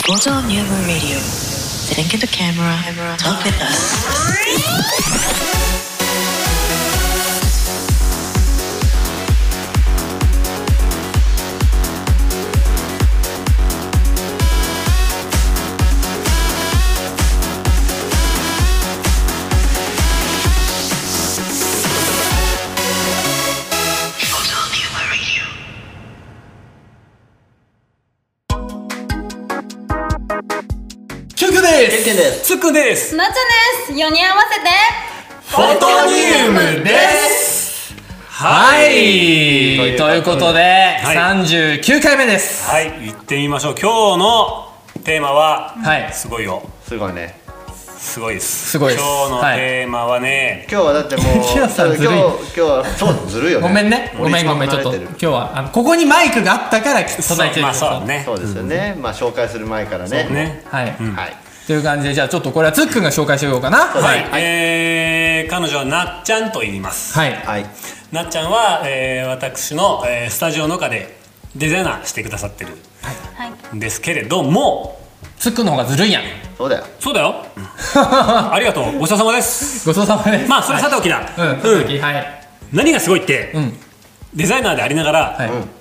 Photon Humor Radio. Think at the camera, talk with us. つくです。 なっちゃです。4人合わせてフォトニウムです。はい、ということで、39回目です。 はい、行ってみましょう。今日のテーマは、すごいよ。 すごいね。 すごいです。 すごいです。 今日のテーマはね、 今日はだってもうキヨさんずるい。 今日はそうずるいよね。 ごめんね。ごめんちょっと今日はここにマイクがあったから届いてる。 まあそうね。 そうですよね。まあ紹介する前からね。 はい。 はい。 という感じで、じゃあちょっとこれはつっくんが紹介しておこうかな。 はい。彼女はなっちゃんと言います。 はい。 なっちゃんは私のスタジオの中でデザイナーしてくださってるんですけれども、 つっくんの方がずるいやん。 そうだよ。 そうだよ。ありがとう。ごちそうさまです。 ごちそうさまです。 まあそれさておきだ。何がすごいって、デザイナーでありながら、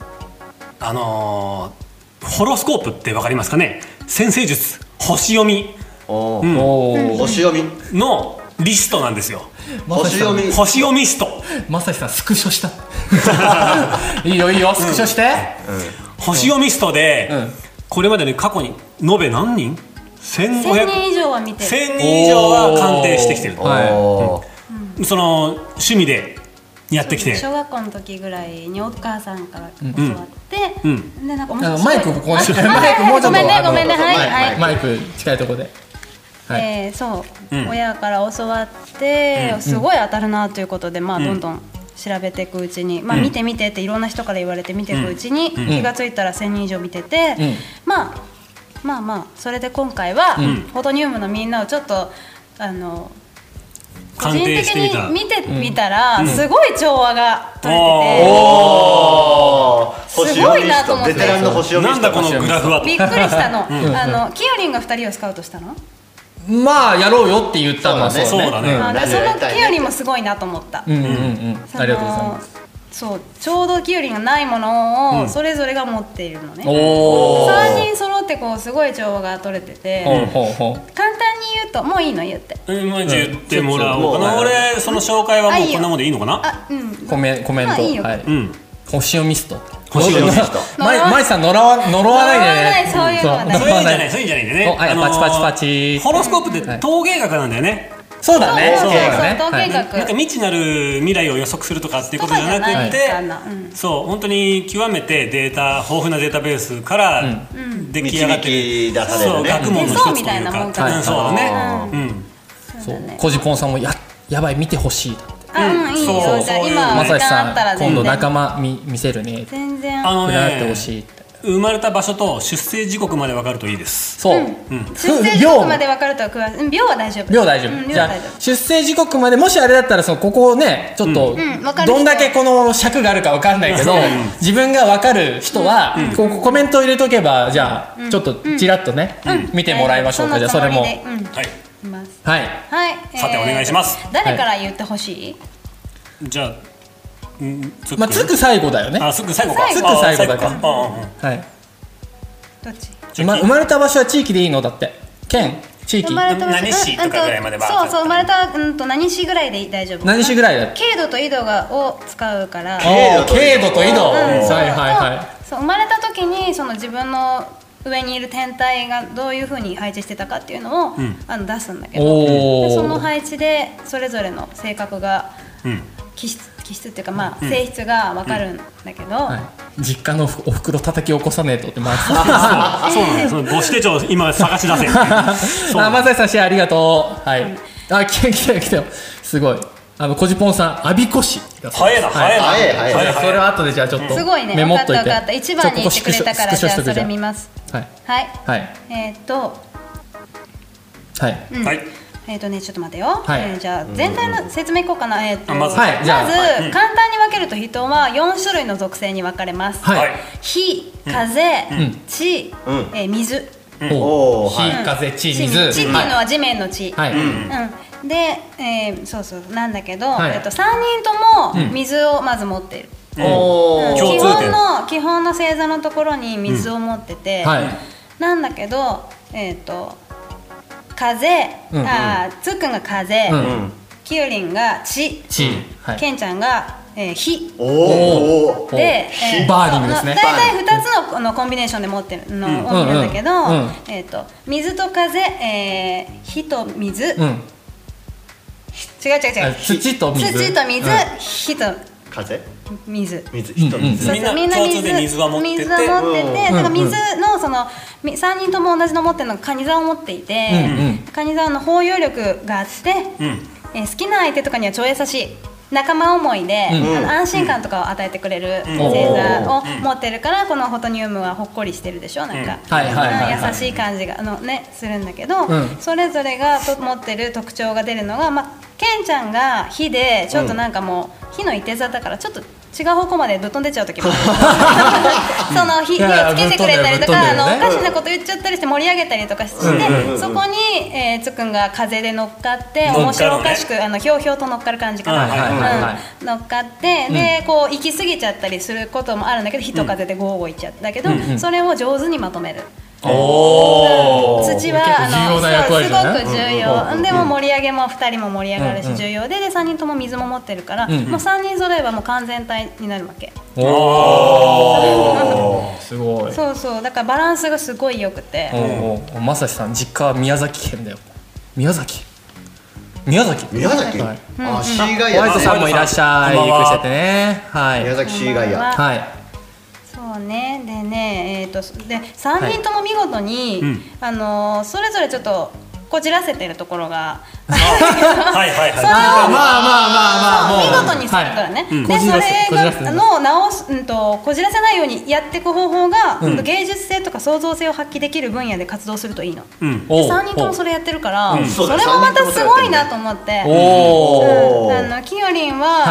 ホロスコープってわかりますかね。占星術、星読み、 星読みのリストなんですよ。 星読みスト。 まさしさんスクショした。いいよスクショして。 星読みストでこれまでに過去に延べ何人？1500 人以上は見てる。 1000人以上は鑑定してきてる。その趣味でやってきて、 小学校の時ぐらいにお母さんから教わって、でなんか面白い。 マイクここに。マイクもうちょっと。 ごめんねはい。 マイク近いところで。 そう、親から教わってすごい当たるなということで、まあどんどん調べていくうちに、まあ見てっていろんな人から言われて見ていくうちに気がついたら1000人以上見てて、まあそれで今回はフォトニウムのみんなをちょっと個人的に見てみたらすごい調和が取れてて、すごいなと思って。 ベテランの星読みなんだこのグラフは。 びっくりしたの。きよりんが2人をスカウトしたの？ まあやろうよって言ったのはそうだね。 そのきよりんもすごいなと思った。 ありがとうございます。 そう、ちょうどきよりんがないものをそれぞれが持っているのね。3人揃ってこうすごい調和が取れてて、簡単に言うと、もういいの言って。 言ってもらおうかな。俺その紹介はもうこんなもんでいいのかな。 コメント。星読みスト。 星読みスト。 マイさん呪わないでね。 そういうのはね。 そういうんじゃないね。 パチ。 ホロスコープって統計学なんだよね。 そうだね。 統計学。 なんか未知なる未来を予測するとかっていうことじゃなくて、そう本当に極めて豊富なデータベースから出来上がってる、そう学問の一つというか、そうだね。 コジポンさんもやばい見てほしい。 いいよ。じゃあ今まさしさん今度仲間見せるね。 全然。 占ってほしい。 生まれた場所と出生時刻まで分かるといいです。 そう。 出生時刻まで分かるとは秒は大丈夫。 秒大丈夫。じゃあ出生時刻までもしあれだったらここをねちょっとどんだけこの尺があるか分かんないけど自分が分かる人はここコメントを入れとけばじゃあちょっとちらっとね見てもらいましょうか。じゃあそれも。はい。 はい。 さてお願いします。 誰から言ってほしい？ じゃあ。 まあつく最後だよね。 つく最後か。 つく最後だから。はい。 どっち？ 生まれた場所は地域でいいのだって。県地域。 何市とかぐらいまでは。 そう生まれた何市ぐらいで大丈夫。 何市ぐらいだ。 経度と緯度を使うから。 経度と緯度。はい。 そう生まれた時にその自分の上にいる天体がどういうふうに配置してたかっていうのを出すんだけど、その配置でそれぞれの性格が気質っていうかまあ性質が分かるんだけど、 実家のおふくろ叩き起こさねえとって回してそうなんです。母子手帳今探し出せ。 まさしさんシェアありがとう。はい。来たよ。すごい。コジポンさん、アビコシ。 早いな。 それは後でじゃあちょっとメモっといて。 分かった。一番に言ってくれたからじゃあそれ見ます。はい。はい。ちょっと待てよ。じゃあ全体の説明いこうかな。まず簡単に分けると人は4種類の属性に分かれます。火、風、地、水。 火風地水。 地っていうのは地面の地。で、そうそうなんだけど、3人とも水をまず持っている。基本の星座のところに水を持ってて、なんだけど風、つっくんが風、きよりんが地、けんちゃんが火で、 バーリングですね。 大体2つのコンビネーションで持ってるのを見るんだけど、水と風、火と水、違う土と水、 火と風、 水、 みんな共通で水は持ってて、だから水のその3人とも同じの持ってるのが蟹座を持っていて、蟹座の包容力があって、好きな相手とかには超優しい。仲間思いで、安心感とかを与えてくれる星座を持ってるから、このフォトニウムはほっこりしてるでしょ、なんか優しい感じがするんだけど、それぞれが持ってる特徴が出るのが、ケンちゃんが火でちょっとなんかもう火のいて座だからちょっと違う方向までぶっ飛んでっちゃう時もあるその火をつけてくれたりとか、おかしなこと言っちゃったりして盛り上げたりとかして、そこにつっくんが風で乗っかって面白おかしくひょうひょうと乗っかる感じかな、乗っかってでこう行き過ぎちゃったりすることもあるんだけど、火と風でゴーゴーいっちゃうんだけど、それを上手にまとめる。土はすごく重要でも盛り上げも2人も盛り上がるし重要で、3人とも水も持ってるから、もう3人揃えばもう完全体になるわけ。 すごい。 そうそう、だからバランスがすごいよくて。 まさしさん実家は宮崎県だよ。宮崎シーガイアホワイトさんもいらっしゃい。ゆっくりしててね。 宮崎シーガイア。 そうね、でね、で3人とも見事に、それぞれちょっとこじらせてるところがそれを見事にするからね。でそれの直すこじらせないようにやっていく方法が、芸術性とか創造性を発揮できる分野で活動するといいの。で3人ともそれやってるから、それもまたすごいなと思って。きよりんは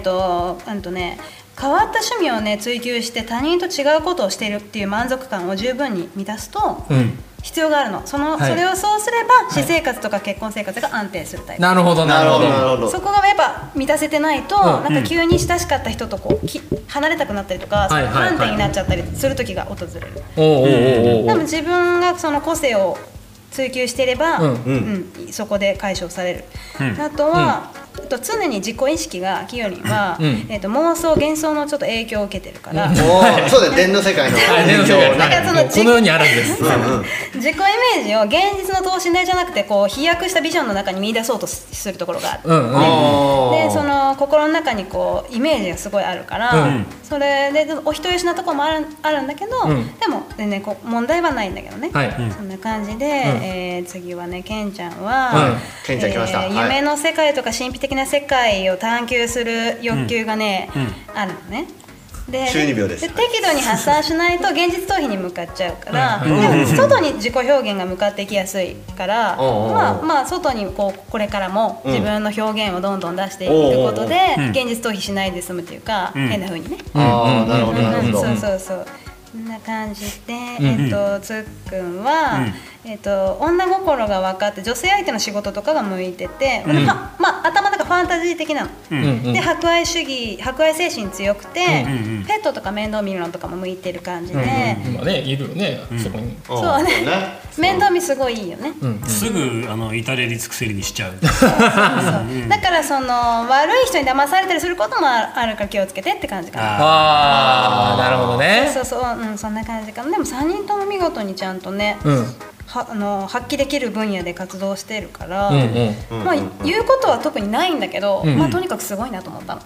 変わった趣味をね追求して他人と違うことをしているっていう満足感を十分に満たすと、必要があるの。それをそうすれば私生活とか結婚生活が安定するタイプ。 なるほどなるほど。 そこがやっぱ満たせてないと、なんか急に親しかった人とこう離れたくなったりとか、不安定になっちゃったりする時が訪れる。でも自分がその個性を追求していれば、そこで解消される。あとは常に自己意識がきよりんは妄想幻想のちょっと影響を受けてるから、 そうだよ、電の世界の影響。 だからこの世にあるんです。 自己イメージを現実の等身大じゃなくてこう飛躍したビジョンの中に見出そうとするところがある。でその心の中にこうイメージがすごいあるから、それでお人よしなところもあるんだけど、でも全然問題はないんだけどね。そんな感じで次はね、けんちゃんは夢の世界とか神秘的な世界を探求する欲求がね、あるのね。で中二病です。 適度に発散しないと現実逃避に向かっちゃうから、でも外に自己表現が向かっていきやすいから、外にこれからも自分の表現をどんどん出していくことで現実逃避しないで済むっていうか、変な風にね。 なるほどなるほど。 そうこんな感じで、つっくんは、女心が分かって女性相手の仕事とかが向いてて、頭だからファンタジー的なの、で博愛主義、博愛精神強くて、ペットとか面倒見るのとかも向いてる感じで、 今ねいるよね、そこに。 そうね、面倒見すごいいいよね。 すぐ至れり尽くせりにしちゃう。 だからその悪い人に騙されたりすることもあるから気をつけてって感じかな。 なるほどね。 そんな感じかな。でも3人とも見事にちゃんとね、発揮できる分野で活動してるから、言うことは特にないんだけど、とにかくすごいなと思ったの。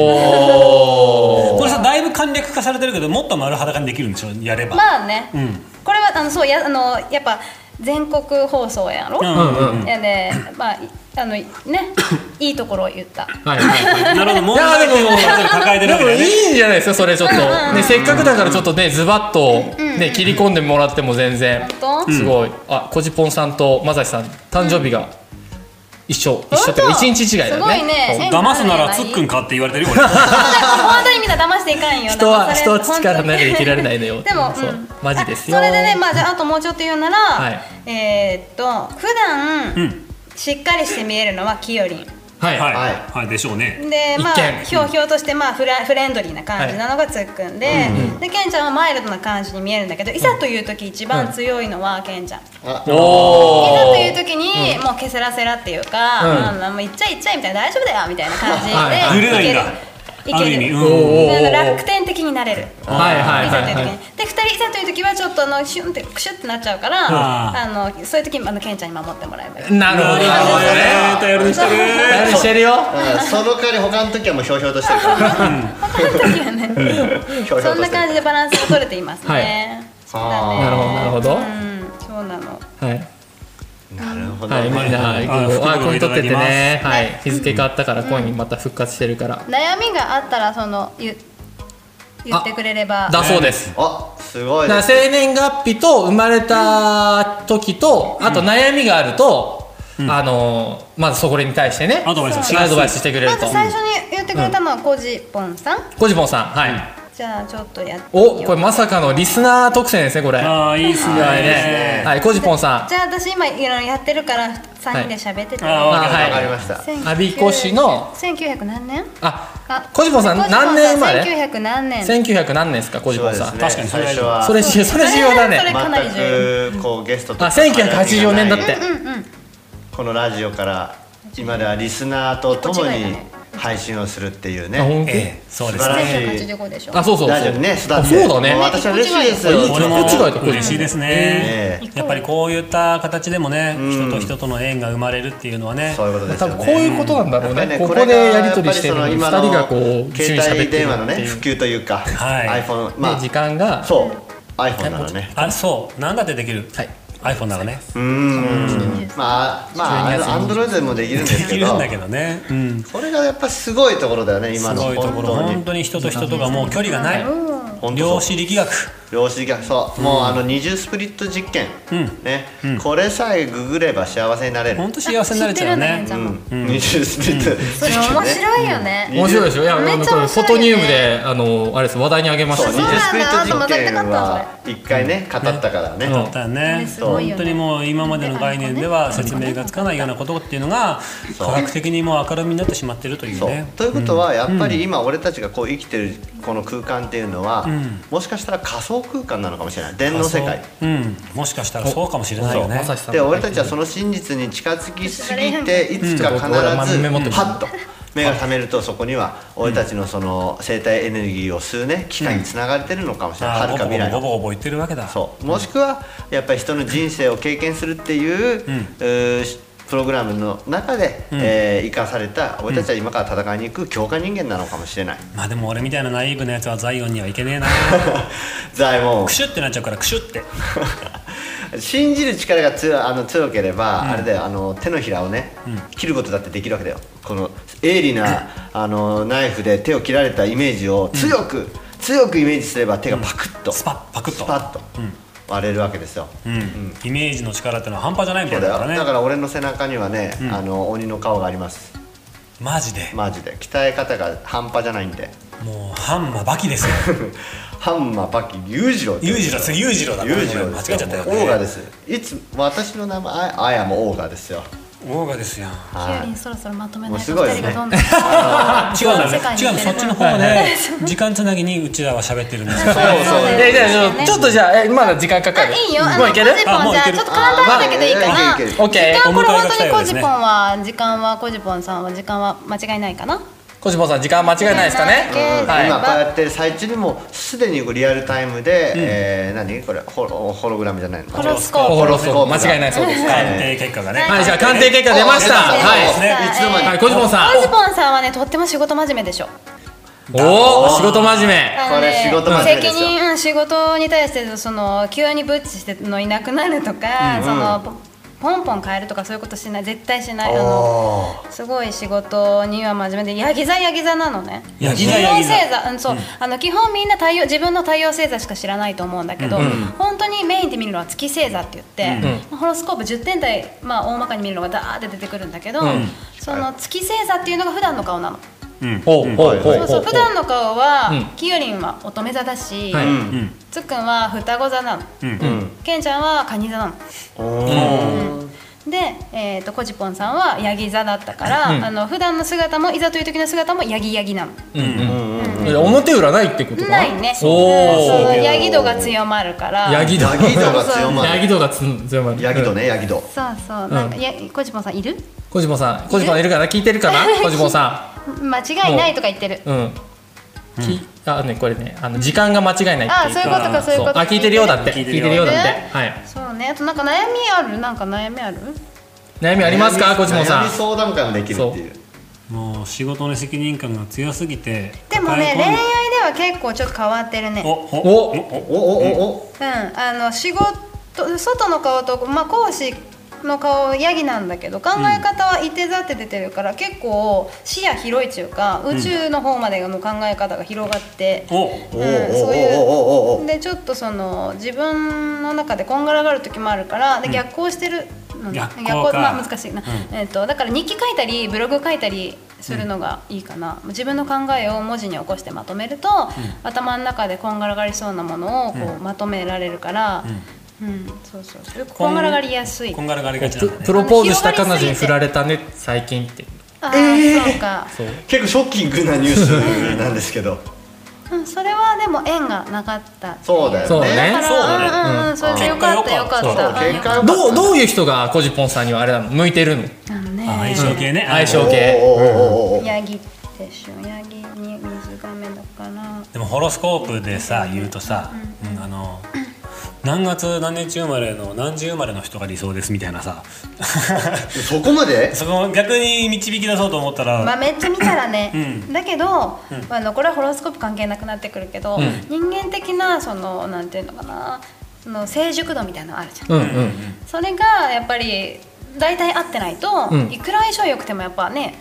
これさ、だいぶ簡略化されてるけど、もっと丸裸にできるんでしょ、やれば。 まあね、これはやっぱ全国放送やろ。でいいところを言った。なるほど、問題点を抱えてるわけだね。 でもいいんじゃないですか、それちょっとせっかくだからちょっとねズバッと切り込んでもらっても全然すごい。コジポンさんとまさしさん誕生日が一緒っていうか1日違いだよね。 すごいね。 騙すならつっくんかって言われてるよ俺。 本当にみんな騙していかんよ。 人は力の中で生きられないのよ。 でもマジですよ。 それでね、まあじゃああともうちょっと言うなら、普段しっかりして見えるのはきよりん。 はいはいでしょうね。 でまあひょうひょうとしてまあフレンドリーな感じなのがつっくんで、でケンちゃんはマイルドな感じに見えるんだけど、いざという時一番強いのはケンちゃん。いざという時にもうケセラセラっていうか、もういっちゃいっちゃいみたいな、大丈夫だよみたいな感じでいける。いける。楽天的になれる。いざという時に。で2人いざという時はちょっとシュンってクシュってなっちゃうから、そういう時にケンちゃんに守ってもらえばいい。 なるほどね。 頼りにしてる。 頼りにしてるよ。 その代わり他の時はもうひょうひょうとしてるから。 他の時はね。そんな感じでバランスが取れていますね。 なるほどなるほど。 そうなの。 はい。 なるほど。 はい、みんなコイン取っててね、はい、日付変わったからコインまた復活してるから。 悩みがあったら言ってくれれば。 だそうです。 あ、すごい。 生年月日と生まれた時と、あと悩みがあると、まずそこに対してね、アドバイスしてくれると。 まず最初に言ってくれたのはコジポンさん。 コジポンさん、はい。 じゃあちょっとやってお、これまさかのリスナー特選ですね、これ。 ああ、いいっすね。 はい、コジポンさん。 じゃあ私今やってるから3人で喋ってて。 わかりました。 我孫子市の 1900何年？ コジポンさん何年生まれ ？1900何年 ？1900何年ですか、コジポンさん。 確かに最初はそれ重要だね。 それかなり重要。 全くこうゲストとか 1984年だって。 このラジオから今ではリスナーとともに配信をするっていうね。 そうですね。 1985でしょ。 そうラジオにね、 そうだね。 私は嬉しいですよ。 俺も嬉しいですね。やっぱりこういった形でもね、人と人との縁が生まれるっていうのはね。 そういうことですよね。 多分こういうことなんだろうね。ここでやり取りしてるのに2人がこう携帯電話のね普及というか、iPhone まあ時間がそう iPhone ならね。 そうなんだってできる。iPhone ならね。 まあアンドロイドでもできるんですけど。 できるんだけどね。 これがやっぱすごいところだよね、今の。 すごいところ。本当に人と人とがもう距離がない。量子力学。 そうもう20スプリット実験ね、これさえググれば幸せになれる。 本当幸せになれちゃうね。 20スプリットそれ面白いよね。 面白いでしょ。いや、フォトニウムであれです話題にあげました。 20スプリット実験は一回ね語ったからね。 語ったね。本当にもう今までの概念では説明がつかないようなことっていうのが科学的にも明るみになってしまっているというね。 ということはやっぱり今俺たちがこう生きてるこの空間っていうのはもしかしたら仮想空間なのかもしれない。電脳世界。 もしかしたらそうかもしれないよね。 で俺たちはその真実に近づきすぎていつか必ずパッと目が覚めるとそこには俺たちのその生体エネルギーを吸うね機械につながれてるのかもしれない。はるか未来の。 ボボボボ言ってるわけだ。 そうもしくはやっぱり人の人生を経験するっていうプログラムの中で生かされた俺たちは今から戦いに行く強化人間なのかもしれない。 まあでも俺みたいなナイーブなやつはザイオンにはいけねえな。 ザイオンクシュってなっちゃうからクシュって信じる力が強ければあれだよ、手のひらをね切ることだってできるわけだよ。この鋭利なナイフで手を切られたイメージを強くイメージすれば手がパクッとスパッと割れるわけですよ。 イメージの力ってのは半端じゃないみたいだからね。 だから俺の背中にはね鬼の顔があります。 マジで鍛え方が半端じゃないんで。 もうハンマバキですよ。 ハンマバキ裕次郎だ。 裕次郎だ。間違えちゃったよね。 オーガです。私の名前あやもオーガですよ。 オーガですよ。 キュウリンそろそろまとめないと 2 人がどんどん違うそっちの方はね時間つなぎにうちらは喋ってるんですよ。 ちょっとじゃあまだ時間かかる。 いいよ。もういける？じゃあちょっと簡単だけどいいかな。 オッケー。 これ本当にコジポンは時間は間違いないかな。 コジポンさん時間間違いないですかね。 今こうやってる最中にもすでにリアルタイムで何これホログラムじゃないの？ ホロスコープ間違いないそうです。 鑑定結果がね。 はい、じゃあ鑑定結果出ました。はい。コジポンさんはねとっても仕事真面目でしょ。 おお、仕事真面目。 これ仕事真面目ですよ。 仕事に対して急にブッチしてのいなくなるとかポンポン変えるとかそういうことしない、絶対しない。すごい仕事には真面目でヤギ座なのね。 ヤギ座そう、基本みんな自分の太陽星座しか知らないと思うんだけど、本当にメインで見るのは月星座って言って、ホロスコープ10点台、大まかに見るのがダーって出てくるんだけど、その月星座っていうのが普段の顔なの。そう普段の顔はきよりんは乙女座だし、つっくんは双子座なの、けんちゃんは蟹座なの。で、こじぽんさんはヤギ座だったから、普段の姿もいざという時の姿もヤギなの。 表裏ないってことかないね。ヤギ度が強まるから。 ヤギ度が強まる。 ヤギ度が強まる。 ヤギ度ね、ヤギ度。 そうそう。なんかこじぽんさんいる？ こじぽんさんいるかな、聞いてるかな、こじぽんさん。間違いないとか言ってる。 これね、時間が間違いないっていう。 そういうことか、そういうこと。 聞いてるようだって。聞いてるようだって。はい。 そうね。あとなんか悩みある？ 悩みありますか、こじぽんさん。 悩み相談会もできるっていう。 もう仕事の責任感が強すぎて。 でもね、恋愛では結構ちょっと変わってるね。仕事、外の顔と講師の顔ヤギなんだけど、考え方はいて座って出てるから、結構視野広いっていうか、宇宙の方までの考え方が広がって、そういうでちょっとその自分の中でこんがらがる時もあるから、で逆行してる逆行か、 難しいな、だから日記書いたりブログ書いたりするのがいいかな。自分の考えを文字に起こしてまとめると、頭の中でこんがらがりそうなものをこうまとめられるから、そうこんがらがりやすい。 こんがらがりがちなんだね。 プロポーズした彼女に振られたね最近って。 そうか。 結構ショッキングなニュースなんですけど。 それはでも縁がなかった。 そうだよね。 それでよかったよかった。 どういう人がこじぽんさんにはあれなの、向いてるの？ 相性系ね。 相性系。 ヤギでしょ。ヤギに水亀だから。 でもホロスコープでさ言うとさ、何月何日生まれの何時生まれの人が理想ですみたいなさそこまでそこ逆に導き出そうと思ったら、 めっちゃ見たらね、だけど、これはホロスコープ関係なくなってくるけど、人間的なそのなんていうのかな、その成熟度みたいなのあるじゃん、それがやっぱり大体合ってないと、いくら相性良くてもやっぱね、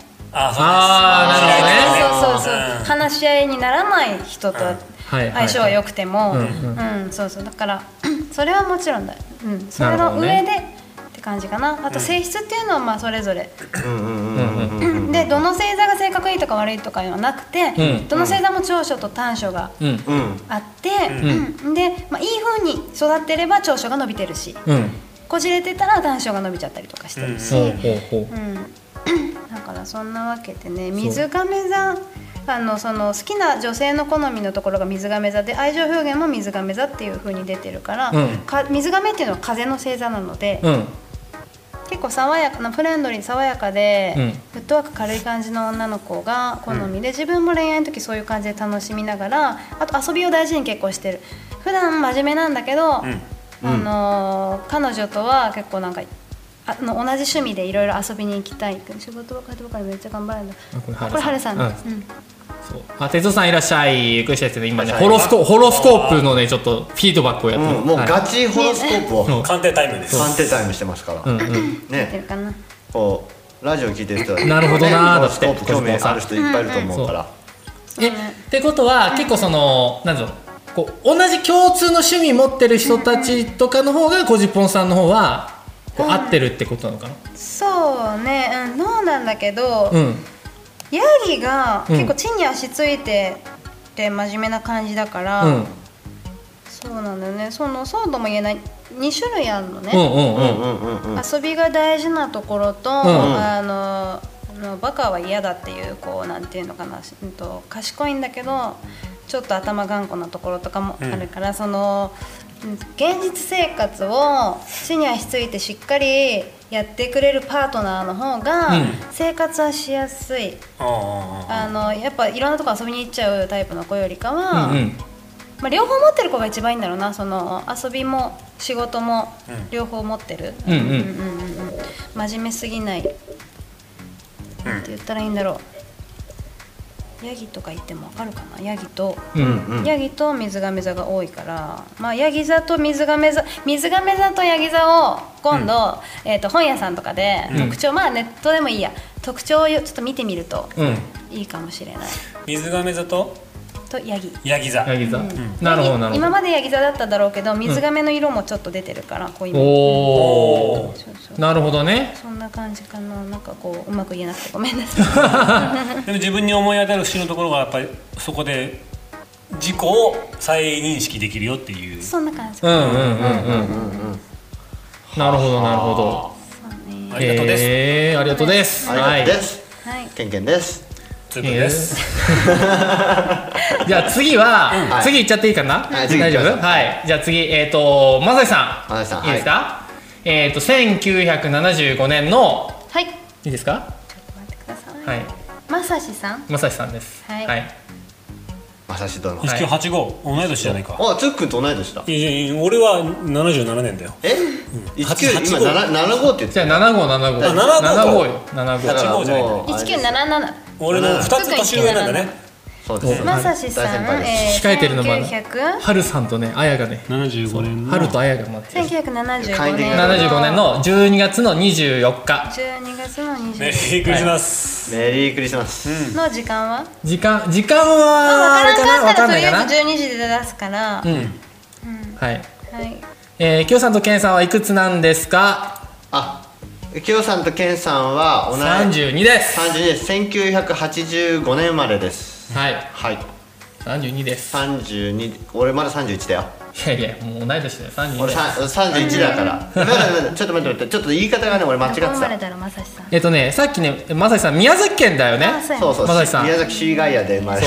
話し合いにならない人と相性は良くても、だからそれはもちろんだ、それの上でって感じかな。あと性質っていうのはそれぞれで、どの星座が性格いいとか悪いとかではなくて、どの星座も長所と短所があって、で、いい風に育ってれば長所が伸びてるし、こじれてたら短所が伸びちゃったりとかしてるし、だからそんなわけでね、水亀座その好きな女性の好みのところが水亀座で、愛情表現も水亀座っていう風に出てるから、水亀っていうのは風の星座なので、結構爽やかなフレンドリー爽やかで、フットワーク軽い感じの女の子が好みで、自分も恋愛の時そういう感じで楽しみながら、あと遊びを大事に結構してる。普段真面目なんだけど、彼女とは結構なんか同じ趣味でいろいろ遊びに行きたい。仕事ばかりばかりめっちゃ頑張るんだ。これ春さん。 哲夫さんいらっしゃい。ゆっくりしてて今ね、ホロスコープのねちょっとフィードバックをやってる。 もうガチホロスコープを鑑定タイムです。 鑑定タイムしてますから。ね。こうラジオ聞いてる人はなるほどなホロスコープ興味ある人いっぱいいると思うから。 ってことは結構そのなんだろう、こう同じ共通の趣味持ってる人たちとかの方がこじぽんさんの方は合ってるってことなのかな。 そうね、どうなんだけど、ヤギが結構地に足ついてて真面目な感じだから、そうなんだよね。そうとも言えない2種類あるのね。遊びが大事なところと、バカは嫌だっていうこうなんていうのかな、賢いんだけどちょっと頭頑固なところとかもあるから、その現実生活を地に足ついてしっかりやってくれるパートナーの方が生活はしやすい。やっぱいろんなとこ遊びに行っちゃうタイプの子よりかは、両方持ってる子が一番いいんだろうな。その遊びも仕事も両方持ってる。真面目すぎない。なんて言ったらいいんだろう。 ヤギとか言ってもわかるかな。ヤギと水亀座が多いから、まあヤギ座と水亀座とヤギ座を今度、本屋さんとかで特徴、まあネットでもいいや、特徴をちょっと見てみるといいかもしれない。 水亀座とヤギ座。 なるほどなるほど。 今までヤギ座だっただろうけど、水亀の色もちょっと出てるからこういう。 おお。なるほどね。 そんな感じかな。なんかこううまく言えなくてごめんなさい。でも自分に思い当たる節のところがやっぱりそこで自己を再認識できるよっていう。 そんな感じ。 なるほどなるほど。 ありがとうです。 ありがとうです。 はい。ケンケンです。 つーくんです。 じゃあ次は次行っちゃっていいかな。大丈夫？はい。じゃあ次まさしさんいいですか。1975年のはい。 いいですか。 ちょっと待ってください。 はい。 まさしさん。 まさしさんです。はい。 まさし殿。 1985同い年じゃないか。 あ、つっくんと同い年だ。 いや俺は77年だよ。 今75って言って。 じゃあ75よ。75じゃない。 1977。 俺の2つ年上なんだね。 そうです。 まさしさん、 控えてるのもはるさんとね、あやがね、 75年はるとあやが待って 1975 年の12月の24日。 12月の24日。 メリークリスマス。 メリークリスマス。 の時間は？ 時間はあれかな、わかんないかな。 とりあえず12時で出すから。 はい。きよさんとけんさんはいくつなんですか？ きよさんとけんさんは同じ 32です。 32です。1985年生まれです。 はい。 32 です。 32。俺まだ31だよ。 いやもう同い年だよ。32。 俺31だから。ちょっと待って、ちょっと言い方がね俺間違ってた。 さっきねまさしさん宮崎県だよね。 そうまさしさん宮崎シーガイアで生まれ。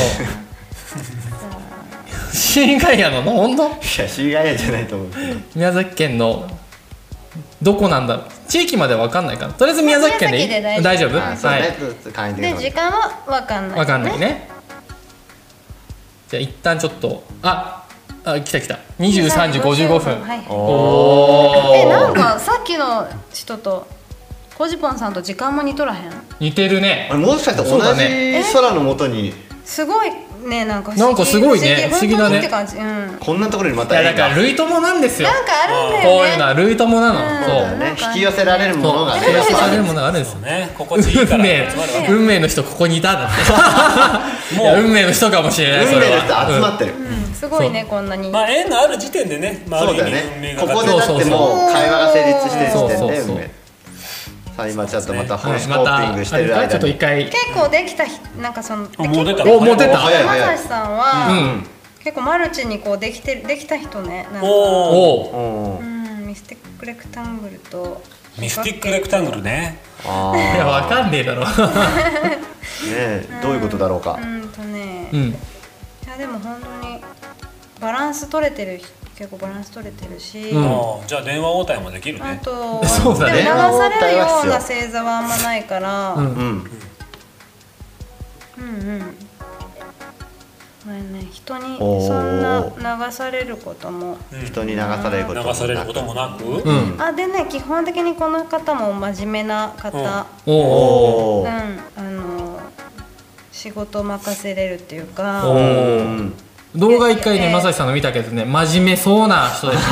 シーガイアの本当？いやシーガイアじゃないと思う。 宮崎県のどこなんだろう。地域までわかんないかな。とりあえず宮崎県でいい？大丈夫？はい。 で時間はわかんない。 わかんないね。じゃあ一旦ちょっと来た23時55分。 なんかさっきの人とコジポンさんと時間も似とらへん？ 似てるね。 もしかしたら同じ空の下にすごいね、なんかすごいね、不思議だね。 こんなところにまただから類友なんですよ。 なんかあるんだよね。 こういうのは類友なの。そうね、引き寄せられるものがね、 引き寄せられるものがあるんですよね。心地いいから運命の人ここにいたんだって。運命の人かもしれない。 運命の人集まってる。 すごいね、こんなに。 まあ縁がある時点でね、 そうだね。ここでだってもう会話が成立してる時点で運命。さあ今ちょっとまたホロスコーピングしてる間に結構できたなんかそのもう出た。 まさしさんは結構マルチにこうできた人ね。なんかミスティックレクタングルとミスティックレクタングルね。 いやわかんねえだろ。 ねどういうことだろうか。 いやでも本当にバランス取れてる。結構バランス取れてるし、 じゃあ電話応対もできるね。 あとそうだね。 流されるような星座はあんまないから、人にそんな流されることも人に流されることもなく、 でね基本的にこの方も真面目な方、仕事任せれるっていうか。 動画一回ね、まさしさんの見たけどね、真面目そうな人です。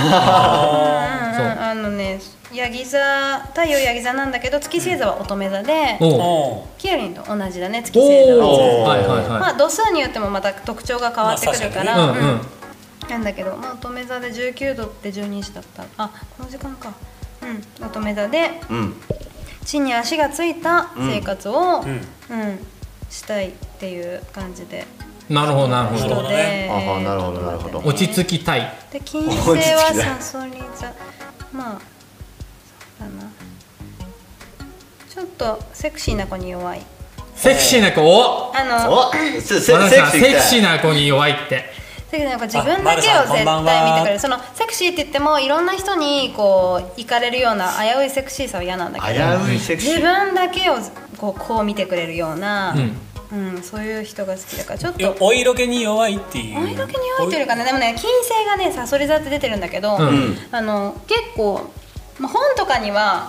ヤギ座、太陽ヤギ座なんだけど月星座は乙女座で、キュウリンと同じだね、月星座は。まあ度数によってもまた特徴が変わってくるからなんだけど、乙女座で19度って12時だった。この時間か。乙女座で地に足がついた生活をしたいっていう感じで。 なるほどなるほど。 なるほど。 落ち着きたい。 で金星はサソリ座。まあそうだな。ちょっとセクシーな子に弱い。 セクシーな子セクシーな子に弱いって。 なんか自分だけを絶対見てくれる。そのセクシーって言ってもいろんな人にこう行かれるような危ういセクシーさは嫌なんだけど、自分だけをこう見てくれるような。そういう人が好きだからちょっとお色気に弱いっていう。 お色気に弱いというかね、でもね金星がねサソリ座って出てるんだけど、結構、本とかには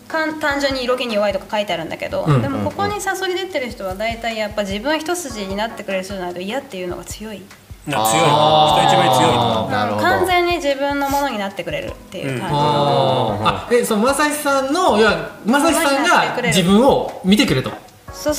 単純に色気に弱いとか書いてあるんだけど、でもここにサソリ出てる人は大体やっぱ自分一筋になってくれる人じゃないと嫌っていうのが強い。 強い、人一倍強いと。 完全に自分のものになってくれるっていう感じの。 そのまさしさんの、いやまさしさんが自分を見てくれと。 そう。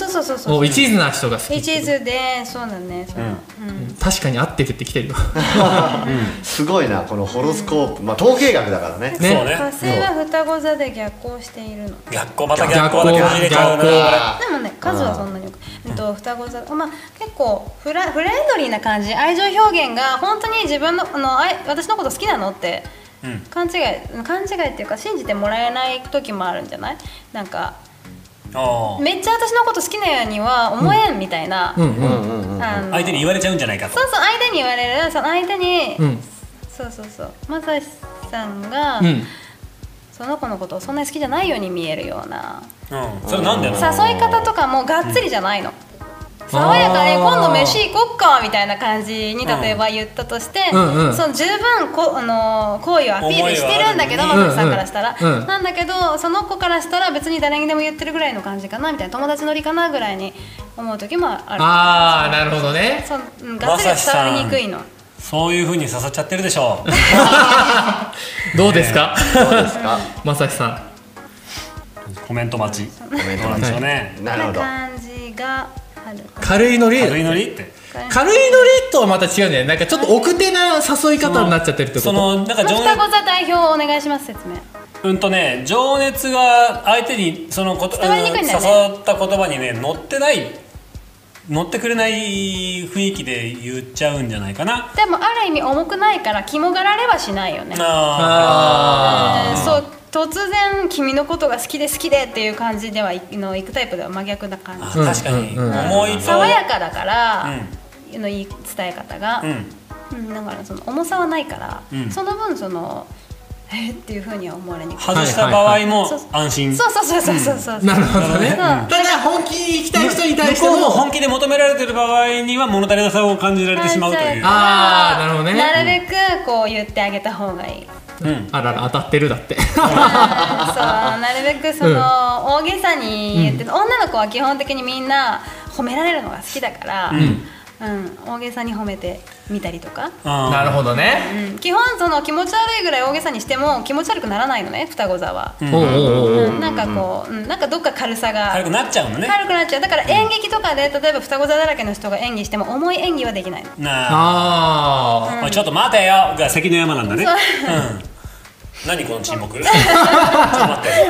一途な人が好き。 一途で、そうだね。 確かに合ってるってきてるよ。 すごいな、このホロスコープ、まあ統計学だからね。 そうね。 火星は双子座で逆行しているの。 逆行、また逆行だけ入れちゃうな。 でもね、数はそんなによく。双子座、まあ結構フレンドリーな感じ、愛情表現が本当に自分の私のこと好きなのって勘違いっていうか信じてもらえない時もあるんじゃない？なんか。めっちゃ私のこと好きなようには思えんみたいな、 相手に言われちゃうんじゃないかと。 そう相手に言われる、その相手に、そうまさしさんが、その子のことをそんなに好きじゃないように見えるような、 それなんで？ 誘い方とかもがっつりじゃないの。爽やかに今度飯行こっかみたいな感じに例えば言ったとして、その十分好意をアピールしてるんだけど、まさしさんからしたら、なんだけどその子からしたら別に誰にでも言ってるぐらいの感じかなみたいな、友達乗りかなぐらいに思う時もある。 なるほどね。 がっつり伝わりにくいの。 そういう風に刺さっちゃってるでしょう。どうですかまさしさん。 コメント待ち。コメント待ちね。 なるほど。 感じが軽いノリって軽いノリとはまた違うんだよね。なんかちょっと奥手な誘い方になっちゃってるってこと。 なんか双子座代表をお願いします。説明。 情熱が相手にその誘った言葉にね乗ってくれない雰囲気で言っちゃうんじゃないかな。 でもある意味重くないから肝がられはしないよね。そう突然君のことが好きでっていう感じではいくタイプでは真逆な感じ。 確かに重いと爽やかだからの言い伝え方が、だからその重さはないから、その分っていうふうには思われにくい。 外した場合も安心。 そうなるほどね。ただ本気に行きたい人に対しても本気で求められてる場合には物足りなさを感じられてしまうという。 なるほどね。 なるべくこう言ってあげた方がいい。 あらら当たってるだって。 そうなるべく大げさに言って、女の子は基本的にみんな褒められるのが好きだから、大げさに褒めてみたりとか。 なるほどね。 基本気持ち悪いぐらい大げさにしても気持ち悪くならないのね、双子座は。なんかこうなんかどっか軽さが軽くなっちゃうのね。 軽くなっちゃう。だから演劇とかで例えば双子座だらけの人が演技しても重い演技はできないの。 ちょっと待てよが関の山なんだね。何この沈黙。ちょっと待って。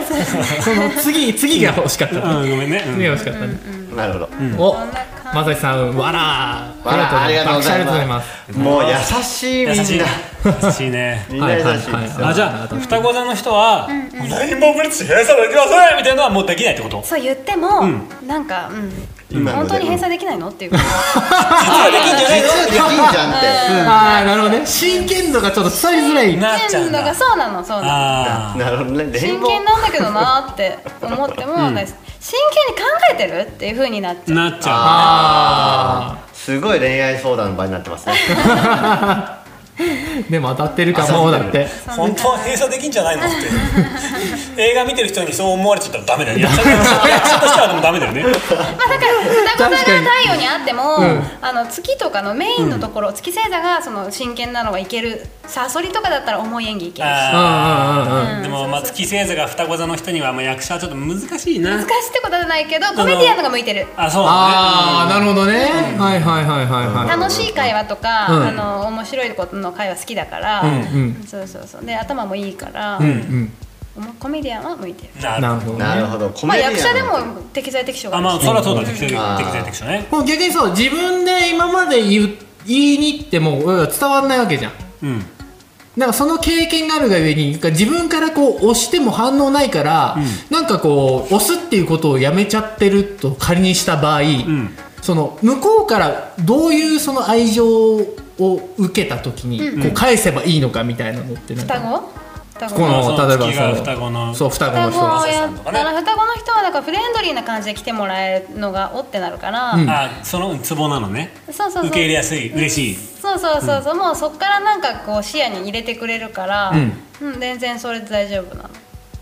その次が欲しかった。 ごめんね。 次が欲しかったね。 なるほど。 お、まさしさん、わらありがとうございます。もう優しい、みんな優しいね。 みんな優しいですよ。 じゃあ双子座の人はレインボーブリッジ閉鎖できませんみたいなのはもうできないってこと？ そう言ってもなんか本当に閉鎖できないのっていうか、実はできんじゃないの？ できんじゃんって。 なるほどね。真剣度がちょっと伝えづらいなっちゃうんだ。 そうなの。 なるほどね。 真剣なんだけどなって思っても真剣に考えてるっていう風になっちゃう。すごい恋愛相談の場になってますね。 でも当たってるかもだって。 本当は閉鎖できんじゃないのって映画見てる人にそう思われちゃったらダメだよね。役者としてはでもダメだよね。 だから双子座が太陽にあっても月とかのメインのところ、月星座が真剣なのがいける。サソリとかだったら重い演技いけるし。 でも月星座が双子座の人には役者はちょっと難しいな。 難しいってことはないけどコメディアンのが向いてる。 そうだね。なるほどね。 楽しい会話とか面白いことの会話好きだから、そうで頭もいいから、コメディアンは向いてる。 なるほど。 役者でも適材適所があるし。 そりゃそうだ、適材適所ね。 逆にそう、自分で今まで言いに行っても伝わんないわけじゃん。なんかその経験があるがゆえに自分から押しても反応ないから、なんか押すっていうことをやめちゃってると仮にした場合、向こうからどういう愛情を受けた時に返せばいいのかみたいなのってなんか双子の例えば双子の人双子の人はだからフレンドリーな感じで来てもらえるのがおってなるから、 そのツボなのね。 受け入れやすい、嬉しい。 もうそっからなんか視野に入れてくれるから、全然それで大丈夫なの。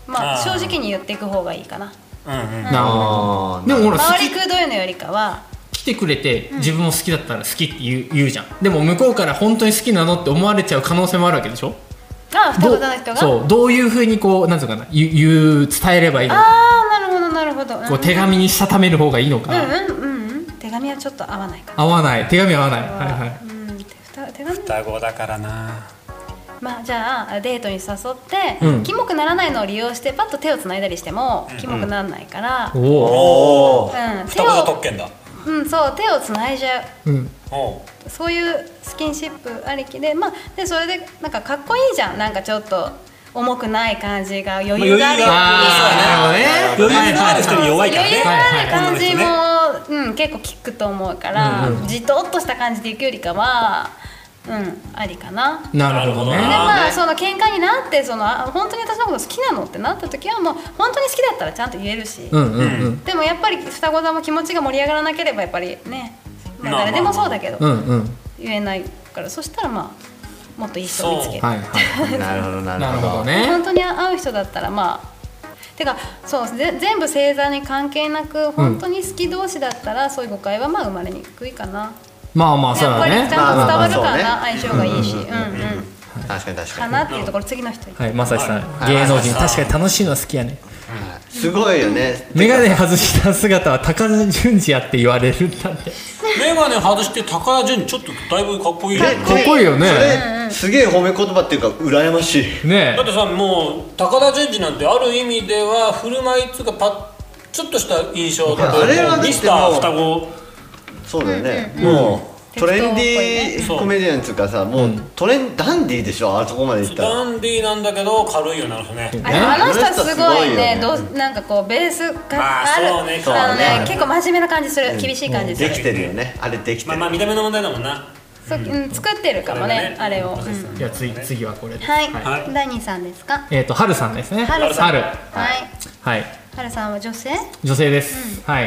まあ正直に言っていく方がいいかな。 なるほど。でもほら周りくどいのよりかは来てくれて自分も好きだったら好きって言うじゃん。でも向こうから本当に好きなのって思われちゃう可能性もあるわけでしょ。 双子座の人がそうどういうふうにこうなんていうかな伝えればいいのか。 なるほどなるほど。 こう手紙にしたためる方がいいのか。 手紙はちょっと合わないかな。 合わない。手紙合わない。はいはい。 双子だからな。 まあじゃあデートに誘ってキモくならないのを利用してパッと手をつないだりしてもキモくならないから。 おお。双子座特権だ。 そう手をつないじゃう。そういうスキンシップありきで、まあでそれでなんかかっこいいじゃん。なんかちょっと重くない感じが余裕がある。 余裕がある人に弱いからね。 余裕がある感じも結構効くと思うからじとっとした感じでいくよりかは。ありかな。 なるほどね。 でまあその喧嘩になって本当に私のこと好きなのってなった時はもう本当に好きだったらちゃんと言えるし。でもやっぱり双子座も気持ちが盛り上がらなければやっぱりね、誰でもそうだけど言えないから、そしたらまあもっといい人を見つける。 なるほどなるほどね。本当に会う人だったらまあてかそう全部星座に関係なく本当に好き同士だったらそういう誤解はまあ生まれにくいかな。 まあまあそうだね。 やっぱりちゃんと伝わるからな、相性がいいし。 確かにかなっていうところ。次の人。 はい、まさしさん芸能人確かに楽しいのは好きやね。 すごいよね。 メガネ外した姿は高田純次やって言われるんだって。 メガネ外して高田純次ちょっとだいぶかっこいい。かっこいいよね。 すげえ褒め言葉っていうか羨ましいね。 だってさもう高田純次なんてある意味では振る舞いつうかちょっとした印象だとミスター双子。 そうだよね。もうトレンディーコメディアンっていうかさ、もうダンディーでしょ、あそこまでいったら。 ダンディーなんだけど軽いようになるね。 あの人はすごいね。なんかこうベースがある。結構真面目な感じする。厳しい感じする。 できてるよね。あれできてる。 まあ見た目の問題だもんな。 作ってるかもね、あれを。 じゃあ次はこれです。 はい。第2さんですか。 春さんですね。 春さん。はい。 はい。 春さんは女性？ 女性です。はい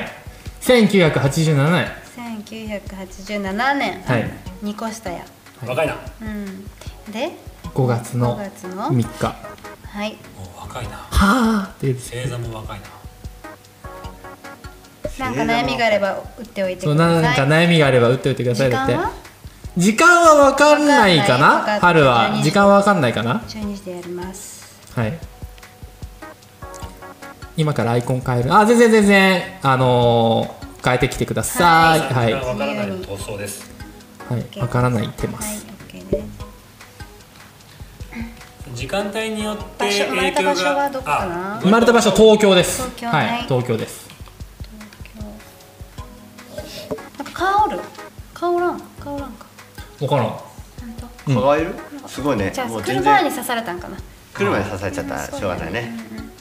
。1987年。 1987年。 はい。 2個下や。 若いな。 で 5月の3日。 はい。 若いな。 はあ。 星座も若いな。なんか悩みがあれば打っておいてください。 なんか悩みがあれば打っておいてください。だって時間は分かんないかな。春は時間は分かんないかな。 12時でやります。 はい。今からアイコン変える。全然変えてきてください。はい。 分からないの闘争です。 はい。分からない手ます。 時間帯によって生まれた場所はどこかな。 生まれた場所東京です。はい。東京です。 なんか香る。香らんか。 分からん。 蚊がいる？すごいね。 じゃあ車に刺されたんかな。 車に刺されちゃった。しょうがないね。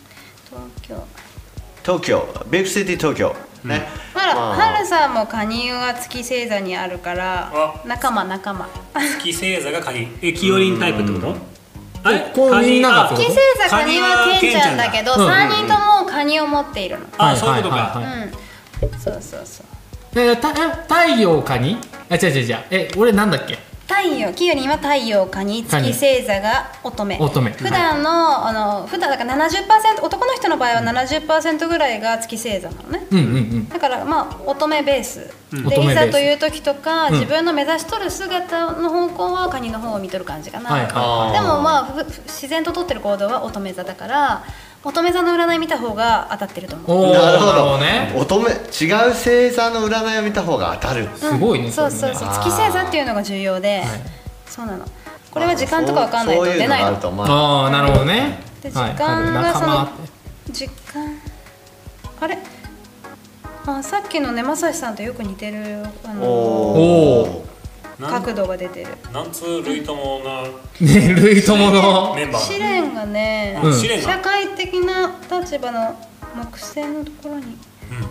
東京ビッグシティ東京ね。 春さんも蟹は月星座にあるから仲間。 月星座が蟹。キヨリンタイプってこと？ 月星座蟹はケンちゃんだけど3人とも蟹を持っているの。 そういうことか。 そう。 太陽蟹？違う。俺なんだっけ？ キヨリンは太陽蟹、月星座が乙女。普段だから 70%、男の人の場合は 70% ぐらいが月星座なのね。だからまあ乙女ベースで、いざという時とか自分の目指しとる姿の方向は蟹の方を見とる感じかな。でもまあ自然と取ってる行動は乙女座だから乙女座の占い見た方が当たってると思う。 なるほどね。違う星座の占いを見た方が当たる。 すごいね。 そう月星座っていうのが重要で、そうなの。これは時間とかわかんないと出ないの。 なるほどね。 で時間が時間あれさっきのねまさしさんとよく似てる角度が出てる。 なんつう類友な類友のメンバー。 試練がね、社会的な立場の木星のところに、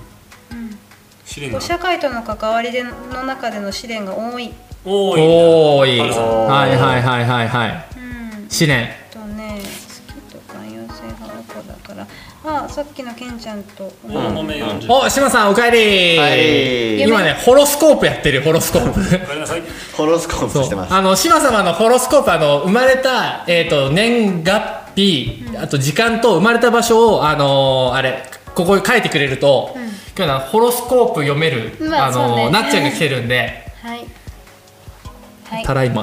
社会との関わりの中での試練が多い。 はい試練とね、月と寛容性がおこだからさっきのケンちゃんと島さんおかえり。今ねホロスコープやってる。ホロスコープホロスコープしてます。 島様のホロスコープ生まれた年月あと時間と生まれた場所をここに書いてくれると、今日はホロスコープ読めるなっちゃんが来てるんで、ただいま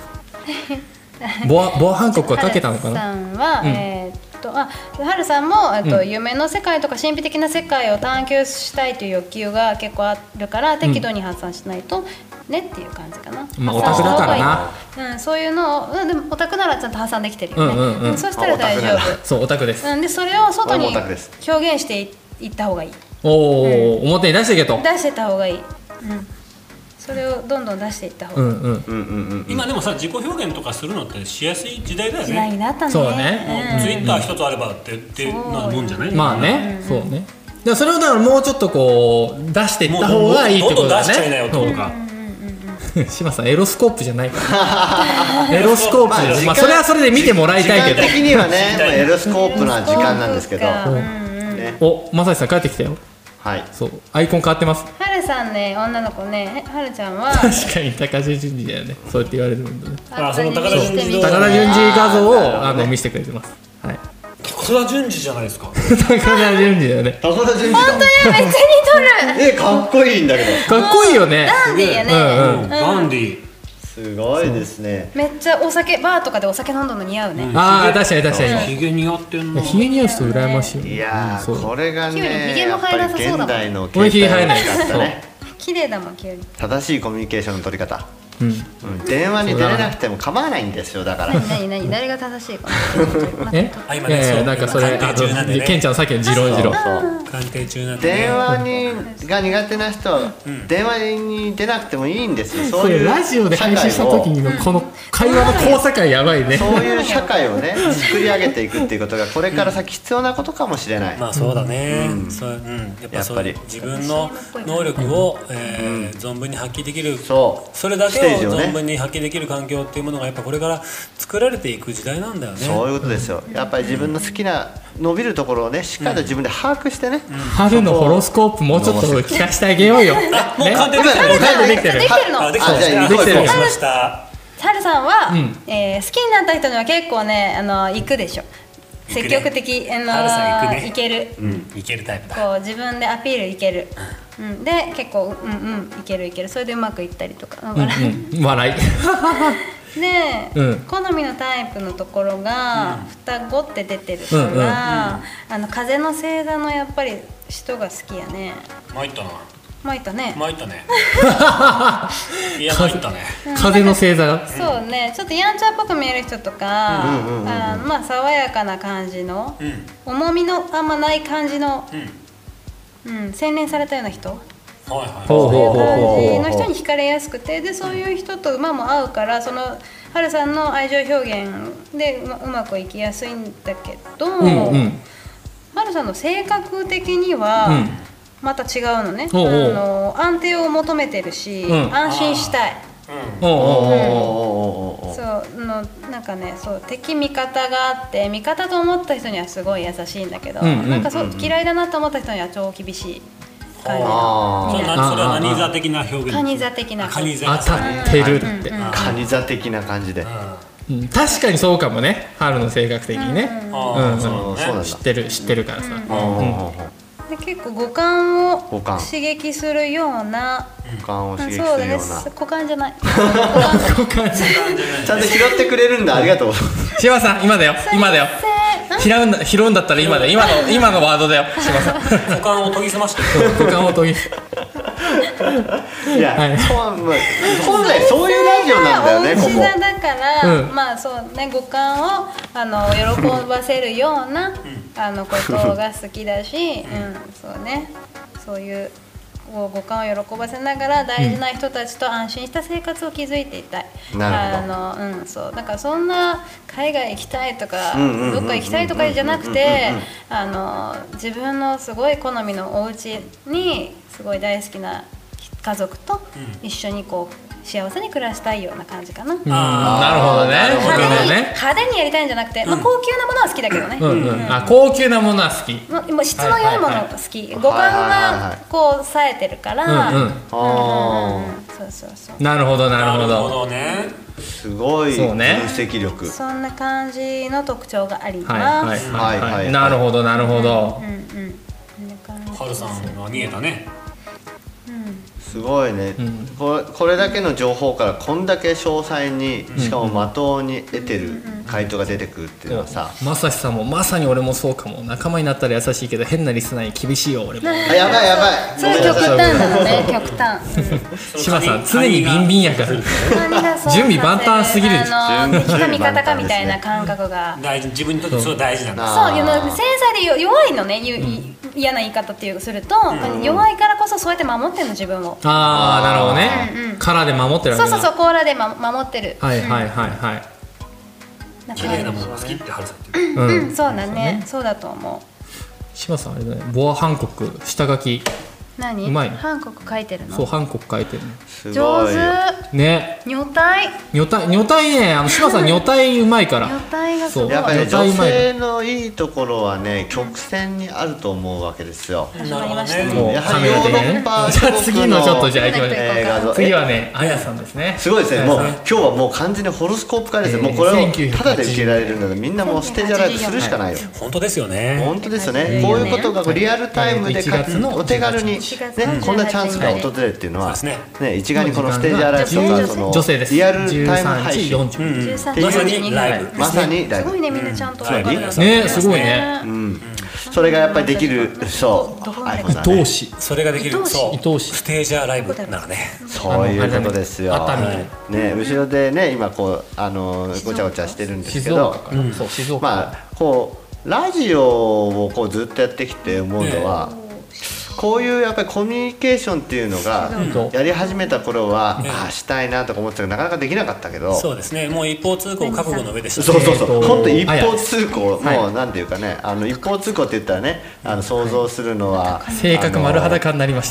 ボアハンコックはかけたのかな。 はるさんははるさんも夢の世界とか神秘的な世界を探求したいという欲求が結構あるから適度に発散しないとねっていう感じかな。 まあオタクだからな。そういうのをでもオタクならちゃんと発散できてるよね。そしたら大丈夫。 そうオタクです。 でそれを外に表現していった方がいい。 表に出していけと。 出してた方がいい。それをどんどん出していった方がいい。 今でもさ自己表現とかするのってしやすい時代だよね。 時代になったね。 そうね。 ツイッター一つあればってなもんじゃない。 まあね、そうね。だからそれをだからもうちょっとこう出していった方がいいってことだね。 どんどん出しちゃいなよとか。 柴さんエロスコープじゃないからエロスコープまあそれはそれで見てもらいたいけど時間的にはねエロスコープな時間なんですけどおまさしさん帰ってきたよ。 はいそうアイコン変わってます。 はるさんね女の子ねはるちゃんは確かに高田純次だよね。そうやって言われるんだね。 その高田純次高田純次画像を見せてくれてます。はい。 高田純次じゃないですか。 高田純次だよね。 高田純次だ。 本当やめっちゃ似とる。 かっこいいんだけど。 かっこいいよね。 ダンディーやね。 ダンディー。 すごいですね。 めっちゃお酒バーとかでお酒飲んだの似合うね。 ああ確かに確かに。 ヒゲ似合ってんの。 ヒゲ似合う人羨ましい。 いやこれがねヒゲも入らさそうだもん。 現代の俺ヒゲ入らないから。 綺麗だもん急に。 正しいコミュニケーションの取り方。電話に出れなくても構わないんですよだから。 何誰が正しいか。 なんかそれケンちゃんさっきのジロジロ。 鑑定中なんで。 電話が苦手な人は電話に出なくてもいいんですよ。 そういうラジオで配信した時にこの会話の交差感やばいね。 そういう社会をね作り上げていくっていうことがこれから先必要なことかもしれない。 まあそうだね。やっぱり自分の能力を存分に発揮できる。それだけを存分に発揮できる環境っていうものがやっぱこれから作られていく時代なんだよね。 そういうことですよ。やっぱり自分の好きな伸びるところをねしっかりと自分で把握してね。 春のホロスコープもうちょっと聞かせてあげようよ。 もう完全にできてる。 できてるの。 できてる。しました。 はるさんは好きになった人には結構ね行くでしょ。積極的いける。 いけるタイプだ。 こう自分でアピールいける。で結構いけるそれでうまくいったりとか笑いで好みのタイプのところが双子って出てるから風の星座のやっぱり人が好きやね。 参ったな。 参ったね。 いや参ったね。 風の星座がそうねちょっとやんちゃっぽく見える人とかまあ爽やかな感じの重みのあんまない感じの洗練されたような人そういう感じの人に惹かれやすくてでそういう人と馬も合うからそのはるさんの愛情表現でうまくいきやすいんだけどはるさんの性格的にはまた違うのね。安定を求めてるし安心したい。そうなんかねそう敵味方があって味方と思った人にはすごい優しいんだけどなんか嫌いだなと思った人には超厳しい感じの。 それは何座的な表現？ 蟹座的な。 当たってるって蟹座的な感じで。 確かにそうかもね春の性格的にね。知ってるからさ。 で結構五感を刺激するような五感を刺激するような五感じゃないちゃんと拾ってくれるんだありがとう。 柴さん今だよ拾うんだったら今だよ今のワードだよ柴さん。 五感を研ぎ澄まして五感を研ぎいや本来そういうラジオなんだよねここ。 おうち座だからまあそうね五感を喜ばせるようなことが好きだしそうねそういう五感を喜ばせながら大事な人たちと安心した生活を築いていたい。そうだからそんな海外行きたいとかどっか行きたいとかじゃなくて自分のすごい好みのお家にすごい大好きな家族と一緒にこう幸せに暮らしたいような感じかな。 なるほどね。 派手にやりたいんじゃなくて、まあ高級なものは好きだけどね。 高級なものは好き。 もう質の良いものが好き。五感がこう冴えてるから。そうそうそう。 なるほどなるほど。 なるほどね。 すごい分析力。 そんな感じの特徴があります。 はいはい。なるほどなるほど。 はるさんは見えたね。 すごいね、これだけの情報からこんだけ詳細にしかも的に得てる回答が出てくるっていうのはさ、 まさしさんもまさに俺もそうかも。仲間になったら優しいけど変なリスナーに厳しいよ俺も。 やばいやばい。 それ極端なのね。極端。 島さん常にビンビンやから準備万端すぎる。 敵か味方かみたいな感覚が自分にとってすごい大事なんだ。 そう繊細で弱いのね。嫌な言い方っていうすると、弱いからこそそうやって守ってるの自分を。 ああなるほどね。殻で守ってるわけだ。 そう甲羅で守ってる。 はいはいはいはい。 綺麗なものが好きってはるさんっていう。 そうだね。そうだと思う。 島さんあれだね。ボアハンコク下書き。 何？ うまい。 ハンコク書いてるの？ そうハンコク書いてるの。 上手。 ね。 女体ね。 島さん女体うまいから。 女体がすごい。 やっぱり女性のいいところはね曲線にあると思うわけですよ。 始まりましたね。 もうカメラ的にね。じゃあ次のちょっとじゃあ行きましょう。次はねあやさんですね。 すごいですね。もう今日はもう完全にホロスコープ化ですよ。もうこれをただで受けられるのでみんなもうステージライブするしかないよ。 本当ですよね。 本当ですよね。こういうことがリアルタイムでかつお手軽にねこんなチャンスが訪れるっていうのはね一概にこのステージアライブとかそのリアルタイム配信っていうまさにライブ。 すごいねみんなちゃんとねすごいね。 それがやっぱりできるそう愛しそれができるそう愛しステージアライブならね。 そういうことですよ。ね後ろでね今こうごちゃごちゃしてるんですけどまあこうラジオをこうずっとやってきて思うのは。こういうやっぱりコミュニケーションっていうのがやり始めた頃はしたいなとか思ってたけどなかなかできなかったけどそうですねもう一方通行覚悟の上でしたね。そう本当一方通行もうなんていうかね一方通行って言ったらね想像するのは性格丸裸になりました。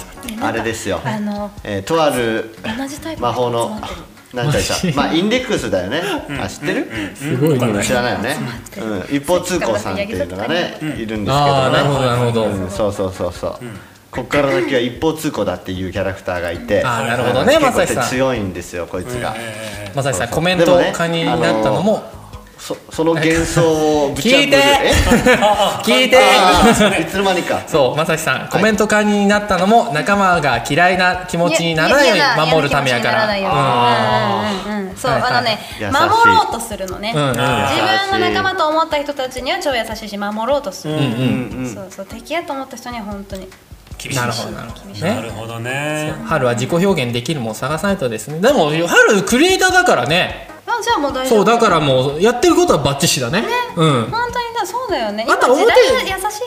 あれですよとある魔法のなんていうかインデックスだよね。知ってる？ すごいね。 知らないよね。一方通行さんっていうのがねいるんですけどね。 なるほどなるほど。 そうここから先は一方通行だっていうキャラクターがいてなるほどね。まさしさん強いんですよこいつが。 まさしさんコメント家になったのもその幻想をぶち破る。 聞いていつの間にかそうまさしさんコメント家になったのも仲間が嫌いな気持ちにならないように守るためやから。 そう守ろうとするのね。自分が仲間と思った人たちには超優しいし守ろうとする。そう敵やと思った人には本当になるほどね。春は自己表現できるものを探さないとですね。でも春クリエイターだからね。 じゃあもう大丈夫。 そうだからもうやってることはバッチシだね。 本当にそうだよね。 あと時代が優しくなった。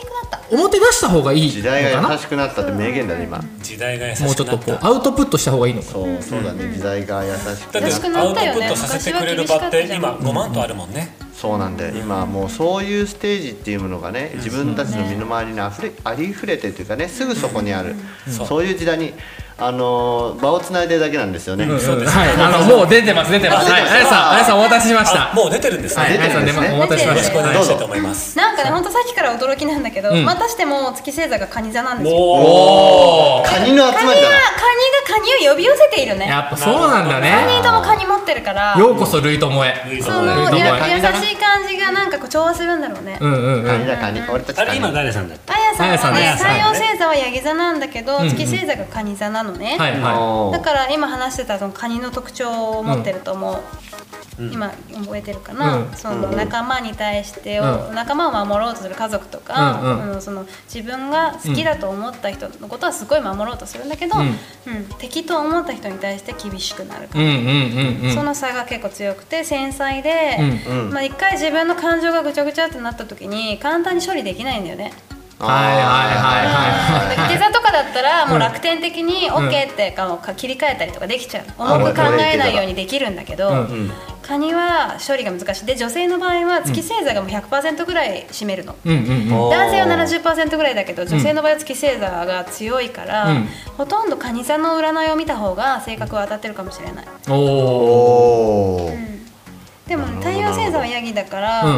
表出した方がいい。 時代が優しくなったって名言だね今。 時代が優しくなった。 もうちょっとこうアウトプットした方がいいのか。 そうだね時代が優しく。 だってアウトプットさせてくれる場って今5万とあるもんね。 そうなんだよ今もうそういうステージっていうものがね自分たちの身の回りにありふれてるというかねすぐそこにあるそういう時代に場をつないでるだけなんですよね。 そうです。もう出てます。あやさんお渡ししました。 もう出てるんですね。 あやさんお渡ししました。 よろしくお願いしたいと思います。 なんかね本当さっきから驚きなんだけどまたしても月星座が蟹座なんですよ。 カニの集まりだな。 カニを呼び寄せているね。 やっぱそうなんだね。 3人ともカニ持ってるから。 ようこそルイともえ。 優しい感じがなんかこう調和するんだろうね。 カニ俺たち。 あれ今誰さんだった？ あやさんはね太陽星座はヤギ座なんだけど月星座が蟹座なのね。だから今話してたそのカニの特徴を持ってると思う。今覚えてるかな。その仲間に対して仲間を守ろうとする家族とかその自分が好きだと思った人のことはすごい守ろうとするんだけど敵と思った人に対して厳しくなるから。その差が結構強くて繊細で一回自分の感情がぐちゃぐちゃってなった時に簡単に処理できないんだよね。いて座とかかだったらもう楽天的に OK って切り替えたりとかできちゃう、重く考えないようにできるんだけど、カニは処理が難しい。で女性の場合は月星座がもう 100% ぐらい占めるの、男性は 70% ぐらいだけど女性の場合は月星座が強いから、ほとんどカニ座の占いを見た方が性格は当たってるかもしれない。でも太陽星座はヤギだから、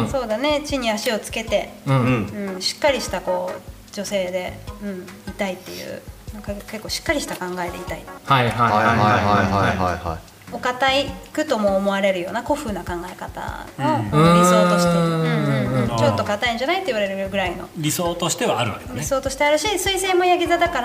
そうだね、地に足をつけて、しっかりしたこう女性で、いたいっていう、なんか結構しっかりした考えでいたい。 はいはいはいはいはい。 お堅いくとも思われるような古風な考え方を理想としてる、ちょっと硬いんじゃないって言われるぐらいの理想としてはあるわけだね。 理想としてあるし、水星もヤギ座だから、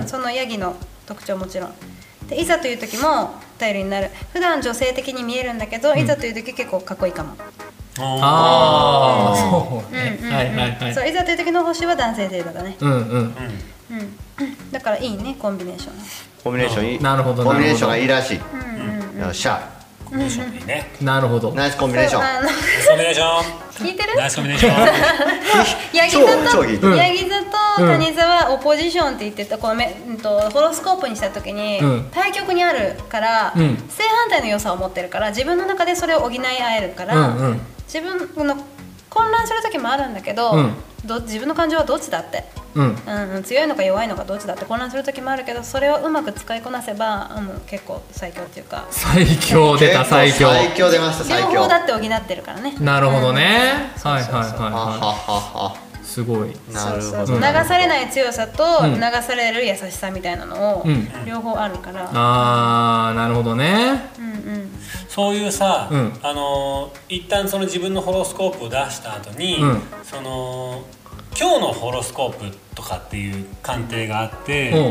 そのヤギの特徴もちろんで、いざという時も頼りになる。普段女性的に見えるんだけど、いざという時結構かっこいいかも。 ああ、そうね。はいはいはい。 そう、いざという時の星は男性星座だね。だからいいね、コンビネーション。 コンビネーションいい。 なるほど。 コンビネーションがいいらしい。よっしゃ。 コンビネーションいいね。 なるほど。 ナイスコンビネーション。 ナイスコンビネーション。 聞いてる？ ナイスコンビネーション。 ヤギ座とカニ座はオポジションって言ってた、こうホロスコープにした時に対極にあるから、正反対の良さを持ってるから、自分の中でそれを補い合えるから、自分の混乱する時もあるんだけど、自分の感情はどっちだって、強いのか弱いのかどっちだって混乱する時もあるけど、それをうまく使いこなせば、結構最強っていうか、 最強出た。最強出ました。最強両方だって補ってるからね。 なるほどね。はいはいはい。すごい。 なるほど。 流されない強さと流される優しさみたいなのを両方あるから。 ああ、なるほどね。 そういうさ、一旦その自分のホロスコープを出した後に、その今日のホロスコープとかっていう鑑定があって、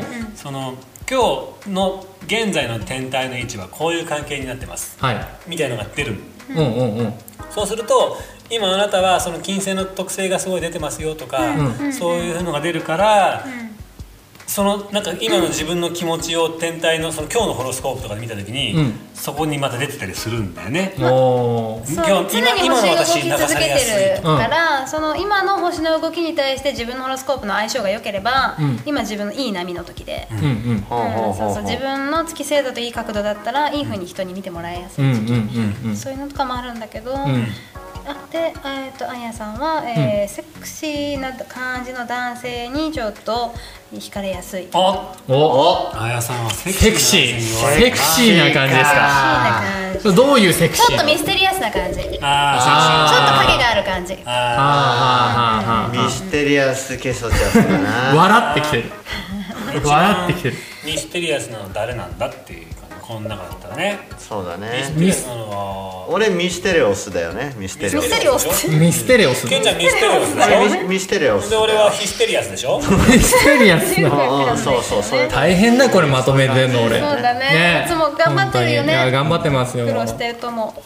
その今日の現在の天体の位置はこういう関係になってます、みたいなのが出る。そうすると今あなたはその金星の特性がすごい出てますよとか、そういうのが出るから、そのなんか今の自分の気持ちを天体のその今日のホロスコープとかで見た時に、そこにまた出てたりするんだよね。 常に星が動き続けてるから、その今の星の動きに対して自分のホロスコープの相性が良ければ、今自分のいい波の時で、自分の月星座といい角度だったらいい風に人に見てもらいやすい時期、そういうのとかもあるんだけど。で、あやさんは、セクシーな感じの男性にちょっと惹かれやすい。 あやさんはセクシーな感じですか？どういうセクシー？ ちょっとミステリアスな感じ。ちょっと影がある感じ。 ミステリアスケソチャスだな。 笑ってきてる。 ミステリアスなの誰なんだっていう。この中だったらね。 そうだね。 俺ミステレオスだよね。ミステレオス。 ケンちゃんミステレオスでしょ。 ミステレオス。 で俺はヒステリアスでしょ。 ミステリアスな。 そう大変だこれまとめてんの俺。 そうだね。いつも頑張ってるよね。 頑張ってますよ。 苦労してると思う。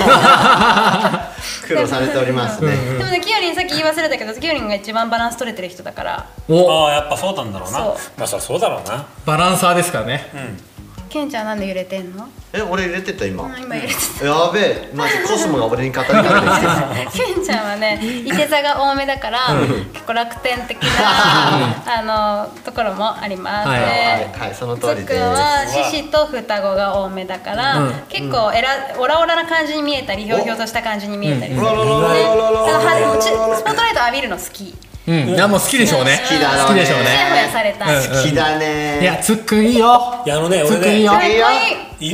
苦労されておりますね。 でもね、きよりんさっき言い忘れたけど、きよりんが一番バランス取れてる人だから。 やっぱそうなんだろうな。まあそうだろうな。 バランサーですからね。 ケンちゃんなんで揺れてんの？ 俺揺れてた今。 今揺れてた。 やべえ、マジコスモが俺に語りかけてきて。 ケンちゃんはね、いて座が多めだから結構楽天的なところもあります。 はい、その通りです。 つっくんは獅子と双子が多めだから結構オラオラな感じに見えたり、ひょうひょうとした感じに見えたりする。スポットライト浴びるの好き。 いやもう好きでしょうね。 好きだ好きでしょうね。 ほやされた。 好きだね。 いやつっくんいいよ。 いや俺ね。 いいよ。 よ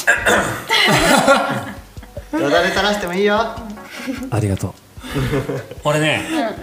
だれ垂らしてもいいよ。 ありがとう。 俺ね、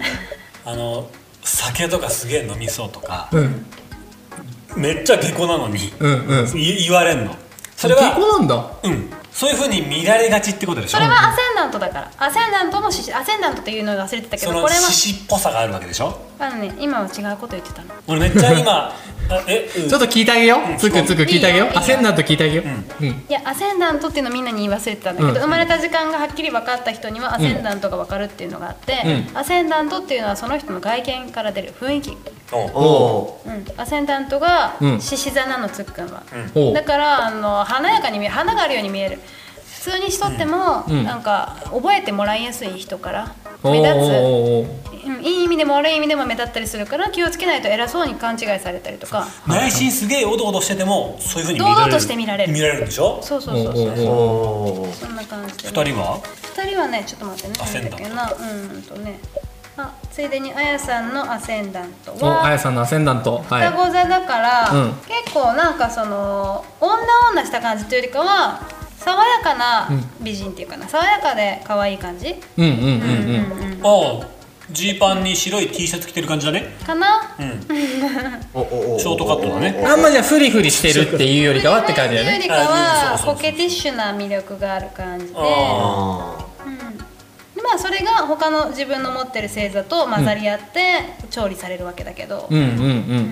酒とかすげえ飲みそうとか、めっちゃ下戸なのに言われんの。それは下戸なんだ。 そういう風に見られがちってことでしょ。 それはアセンダントだから。アセンダントっていうのを忘れてたけど、これは獅子っぽさがあるわけでしょ。 今は違うこと言ってたの。 俺めっちゃ今ちょっと聞いてあげよう。つく聞いてあげよう。アセンダント聞いてあげよう。 いや、アセンダントっていうのみんなに言い忘れてたんだけど、生まれた時間がはっきり分かった人にはアセンダントが分かるっていうのがあって、アセンダントっていうのはその人の外見から出る雰囲気。アセンダントが獅子座なの、つっくんは。だから華やかに花があるように見える。普通にしとってもなんか覚えてもらいやすい人から目立ついい意味でも悪い意味でも目立ったりするから気をつけないと偉そうに勘違いされたりとか。 内心すげえおどおどしててもそういう風に堂々として見られるんでしょ。 そうそんな感じで。 2人はねちょっと待ってね。ついでにあやさんのアセンダントはあやさんのアセンダント、 双子座だから、結構なんかその女した感じというよりかは爽やかな美人っていうかな、爽やかで可愛い感じ。 ジーパンに白い T シャツ着てる感じだね。 かな。 ショートカットだね。 あんまじゃフリフリしてるっていうよりかはって感じだね。 よりかはコケティッシュな魅力がある感じで。まあそれが他の自分の持ってる星座と混ざり合って調理されるわけだけど、そん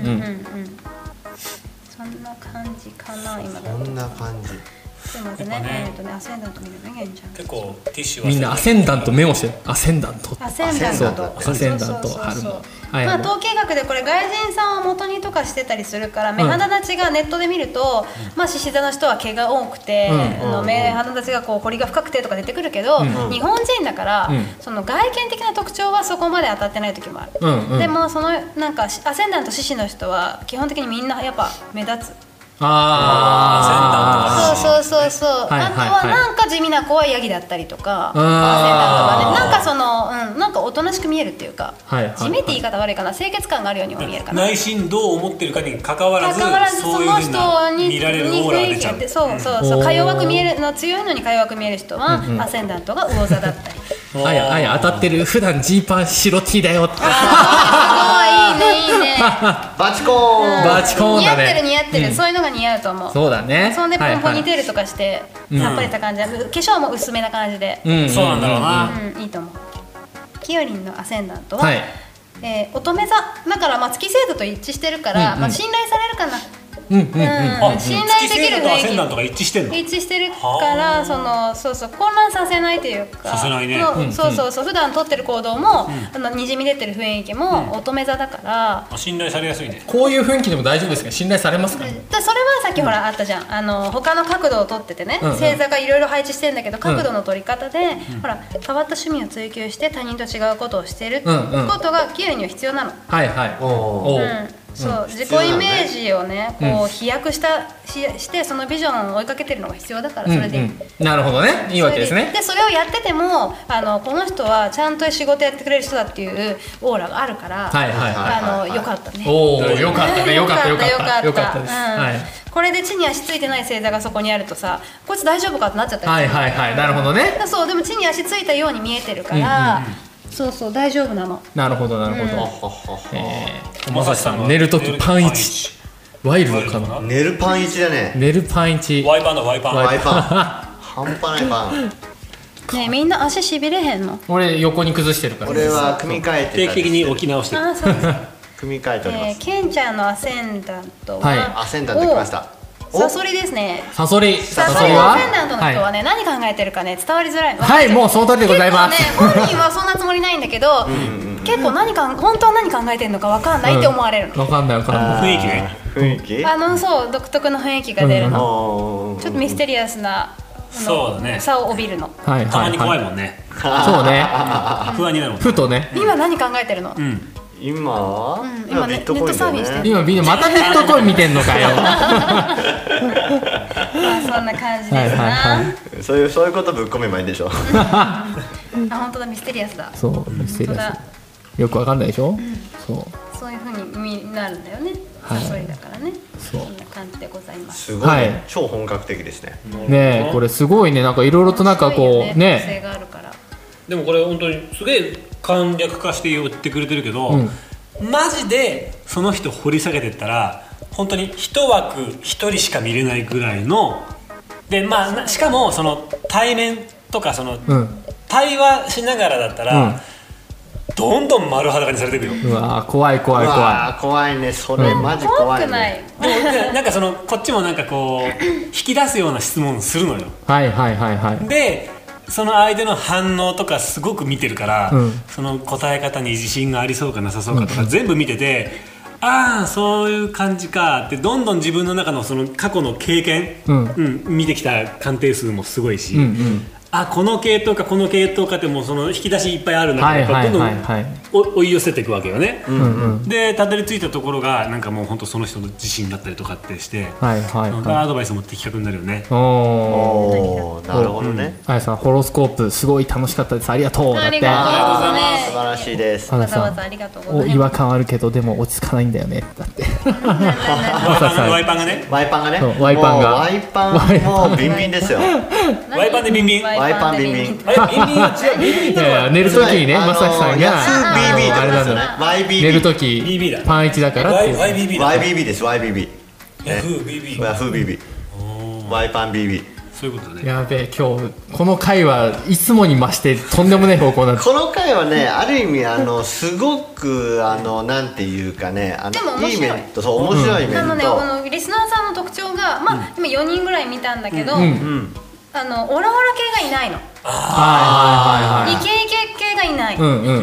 な感じかな今だと。 そんな感じ。 すいませんね。アセンダント見るね、現ちゃん。 結構ティッシュはみんなアセンダントメモしてる。アセンダント。 アセンダント。 アセンダント春の。 まあ統計学でこれ外人さんを元にとかしてたりするから、目肌立ちがネットで見ると、まあ獅子座の人は毛が多くて、目肌立ちがこう彫りが深くてとか出てくるけど、日本人だからその外見的な特徴はそこまで当たってない時もある。でもそのなんかアセンダント獅子の人は基本的にみんなやっぱ目立つ。そう。あとはなんか地味な子はヤギだったりとか、なんかそのなんかおとなしく見えるっていうか、地味って言い方悪いかな、清潔感があるようにも見えるかな。 内心どう思ってるかに関わらずそういう風な見られるオーラが出ちゃう。 そうか弱く見えるの、強いのにか弱く見える人はアセンダントが魚座だったり。 あや当たってる。普段ジーパン白 T だよって。 いいね。 バチコーン。 バチコーンだね。 似合ってる。そういうのが似合うと思う。 そうだね。 そんでポニーテールとかしてさっぱりした感じで、化粧も薄めな感じで。 そうなんだろうな。 いいと思う。きよりんのアセンダントは乙女座だから、まあ月星座と一致してるから、まあ信頼されるかな。信頼できる雰囲気。 アセンダントが一致してんの？ 一致してるから混乱させないというか。 させないね。 普段取ってる行動もにじみ出てる雰囲気も乙女座だから。 信頼されやすいね。 こういう雰囲気でも大丈夫ですか？信頼されますか？ それはさっきほらあったじゃん。他の角度を取っててね、星座がいろいろ配置してるんだけど、角度の取り方でほら変わった趣味を追求して他人と違うことをしてるってことがキユには必要なの。そう自己イメージをねこう飛躍してそのビジョンを追いかけてるのが必要だから、それでいい。 なるほどね、いいわけですね。 でそれをやっててもこの人はちゃんと仕事やってくれる人だっていうオーラがあるから、よかったね。 よかったね、よかったです。 これで地に足ついてない星座がそこにあるとさ、こいつ大丈夫かってなっちゃったりする。 なるほどね。 そうでも地に足ついたように見えてるから、そう大丈夫なの。 なるほど。まさしさん寝るときパン1ワイルドかな。 寝るパン1だね。 寝るパン1。 ワイパンだワイパン。 半端ないパン。 ねえみんな足しびれへんの？ 俺横に崩してるから。 俺は組み替えて定期的に置き直してる。 そうです。 組み替えております。 ケンちゃんのアセンダントはアセンダント来ました。 サソリですね。 サソリはアセンダントの人はね、何考えてるかね伝わりづらい。 はい、もうその通りでございます。 本人はそんなつもりないんだけど、結構本当は何考えてるのか分かんないって思われるの。 分かんない。 雰囲気ね。 雰囲気？ そう独特の雰囲気が出るの。ちょっとミステリアスな差を帯びるの。 たまに怖いもんね。 そうね。 不安になるもん。 ふとね。 今何考えてるの？ 今ネットサーフィンしてる。 今またネットコイン見てんのかよ。 そんな感じですな。 そういうことぶっ込めばいいんでしょ。 本当だ、ミステリアスだ。 そうミステリアス。よくわかんないでしょ。 そういう風になるんだよね。サソリだからね。そんな感じでございます。 すごい超本格的ですね。 ねえこれすごいね、なんかいろいろとなんかこうね。 でもこれ本当にすげえ簡略化して言ってくれてるけど、マジでその人掘り下げてったら本当に一枠一人しか見れないぐらいので、まあしかもその対面とかその対話しながらだったら、どんどん丸裸にされていくよ。 うわ怖い怖いね。それマジ怖いね。 なんかそのこっちもなんかこう引き出すような質問するのよ。でその相手の反応とかすごく見てるから、その答え方に自信がありそうかなさそうかとか全部見てて、ああそういう感じかってどんどん自分の中のその過去の経験、見てきた鑑定数もすごいし、 この系統かこの系統かってもうその引き出しいっぱいある中でどんどん追い寄せていくわけよね。でたどり着いたところがなんかもう本当その人の自信だったりとかってしてアドバイスも的確になるよね。 おー、なるほどね。 あやさんホロスコープすごい楽しかったです、ありがとう。だってありがとうございます。 素晴らしいです。 わざわざありがとうございます。 違和感あるけどでも落ち着かないんだよね。だってワイパンがねワイパンがねワイパンがワイパンもうビンビンですよ。 ワイパンでビンビンワイパンビンビン。 ビンビンは違う。ビンビンってのは寝るときにね、まさきさんがあれなんだね。YBB 寝るときパンイチだからっていう YBB です。YBB ヤフー BB ヤフー BB ワイパン BB。 そういうことだね。 やべえ、今日この回はいつもに増してとんでもない方向なんです。 この回はね、ある意味すごくなんていうかね、いい面とそう面白い面と、 このリスナーさんの特徴が今4人ぐらい見たんだけど、オラオラ系がいないの。イケイケ系がいない。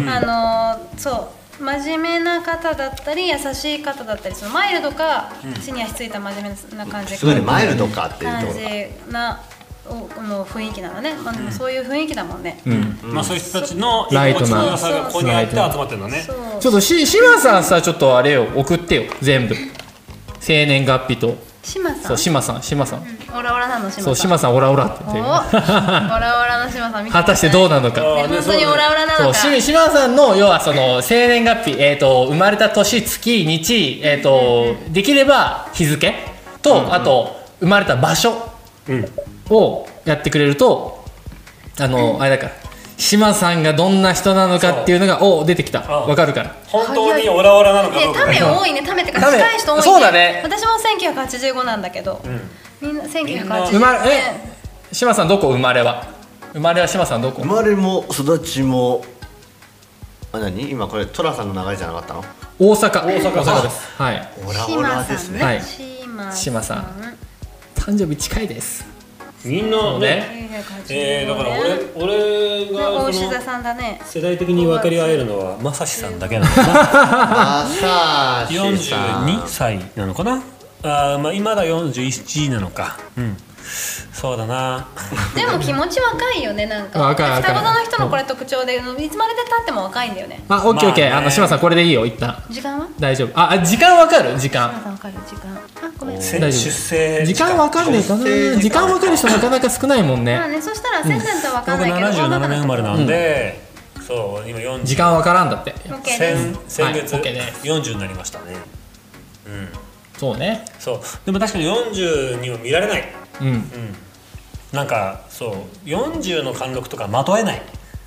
そう真面目な方だったり優しい方だったり、そのマイルドか地に足ついた真面目な感じ。 すごいね、マイルドかっていうところ。 感じなの雰囲気なのね。でもそういう雰囲気だもんね。 そういう人たちのライトな良さがここにあって集まってるのね。 ちょっと島さんさ、ちょっとあれよ送ってよ、全部生年月日と。 島さん。 そう島さん。 オラオラなの島さん。 そう島さんオラオラって言って。 オラオラの島さん見て。 果たしてどうなのか。 本当にオラオラなのか。 そう島さんの要はその生年月日、生まれた年月日、できれば日付と、あと生まれた場所をやってくれると、あれだから島さんがどんな人なのかっていうのが出てきた、わかるから。 本当にオラオラなのかどうか。 ため多いね、ためってか近い人多いね。 そうだね。 私も1985なんだけど、みんな1985。 島さんどこ生まれは島さんどこ？ 生まれも育ちも今これトラさんの流れじゃなかったの？ 大阪です。はい。 オラオラですね。 はい。島さん誕生日近いです。 みんなね。だから俺が大志田さんだね。 世代的に分かり合えるのはまさしさんだけなのかな。 まさしさん。 42歳なのかな。今だ41なのか。そうだな。 でも気持ち若いよね、なんか。双子座の人のこれ特徴で、いつまで経っても若いんだよね。 オッケー。島さんこれでいいよ、一旦。 時間は？ 大丈夫。時間わかる？時間。 わかる時間。ごめん。 大丈夫。時間わかんねえかな。時間わかる人なかなか少ないもんね。 そしたら先生とわかんないけど。 僕77年生まれなんで、そう今40。 時間わからんだって。 先月40になりましたね。 そうね。 そうでも確かに40には見られない。なんかそう40の貫禄とかまとえない。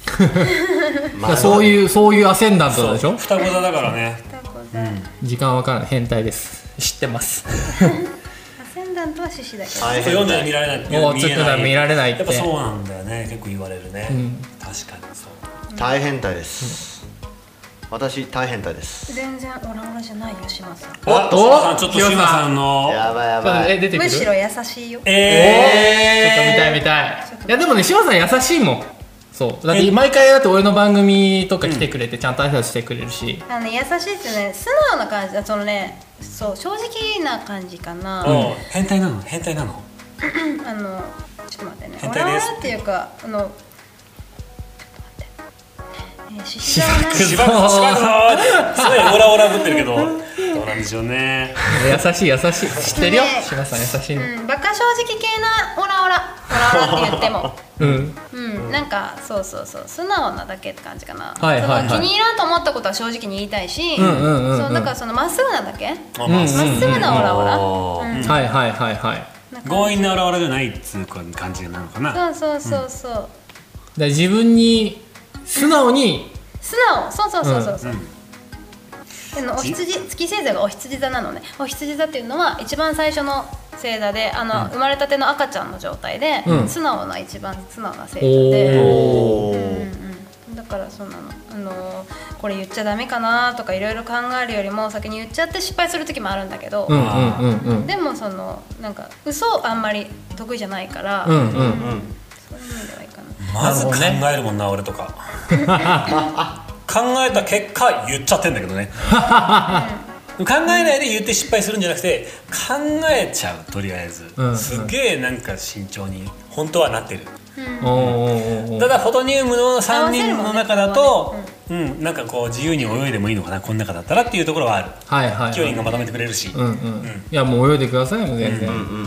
そういうアセンダントでしょ。 双子座だからね。 時間わからない、変態です。知ってます。 アセンダントは獅子だけど。 40に見られない。 見られないって。 やっぱそうなんだよね。結構言われるね。確かにそう。 大変態です。私大変態です。 全然オラオラじゃないよ、島さん。 ちょっと島さんのやばい。 むしろ優しいよ。 ちょっと見たい。いやでもね、島さん優しいもん。そうだって毎回だって俺の番組とか来てくれてちゃんと挨拶してくれるし。 優しいってね、素直な感じだ。そう正直な感じかな。 変態なの？ ちょっと待ってね。オラオラっていうかしばくぞーすごいオラオラぶってるけどどうなんでしょうね。 優しい知ってるよ、島さん優しいの。 バカ正直系なオラオラって言ってもなんかそう素直なだけって感じかな。気に入らんと思ったことは正直に言いたいし、だからまっすぐなだけ、まっすぐなオラオラ。 強引なオラオラじゃないっていう感じなのかな。 そう自分に素直そうお羊、月星座がお羊座なのね。お羊座っていうのは一番最初の星座で、生まれたての赤ちゃんの状態で、一番素直な星座で、だからそうなの。これ言っちゃダメかなとかいろいろ考えるよりも先に言っちゃって失敗する時もあるんだけど、でもなんか嘘あんまり得意じゃないから、そういう意味ではいいかな。 まず考えるもんな、俺とか。考えた結果言っちゃってんだけどね。考えないで言って失敗するんじゃなくて考えちゃう。とりあえずすげえなんか慎重に本当はなってる。 ただフォトニウムの3人の中だとなんかこう自由に泳いでもいいのかなこの中だったらっていうところはある。キヨリンがまとめてくれるし、いやもう泳いでくださいもう全然。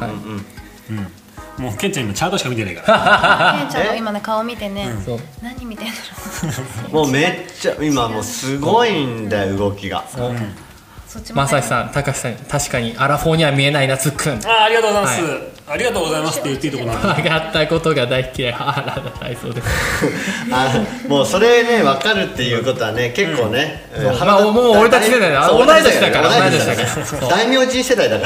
もうケンちゃん今チャートしか見てないからケンちゃんの今ね顔見てね、何見てんだろう。 もうめっちゃ今もうすごいんだよ動きが。 まさしさん、たかしさん、確かにアラフォーには見えないなつっくん。 ありがとうございます。ありがとうございますって言っていいところなの。 上がったことが大嫌い。そうです。 もうそれね分かるっていうことはね結構ね。 もう俺たち世代だ。同い年だから。 大名人世代だから。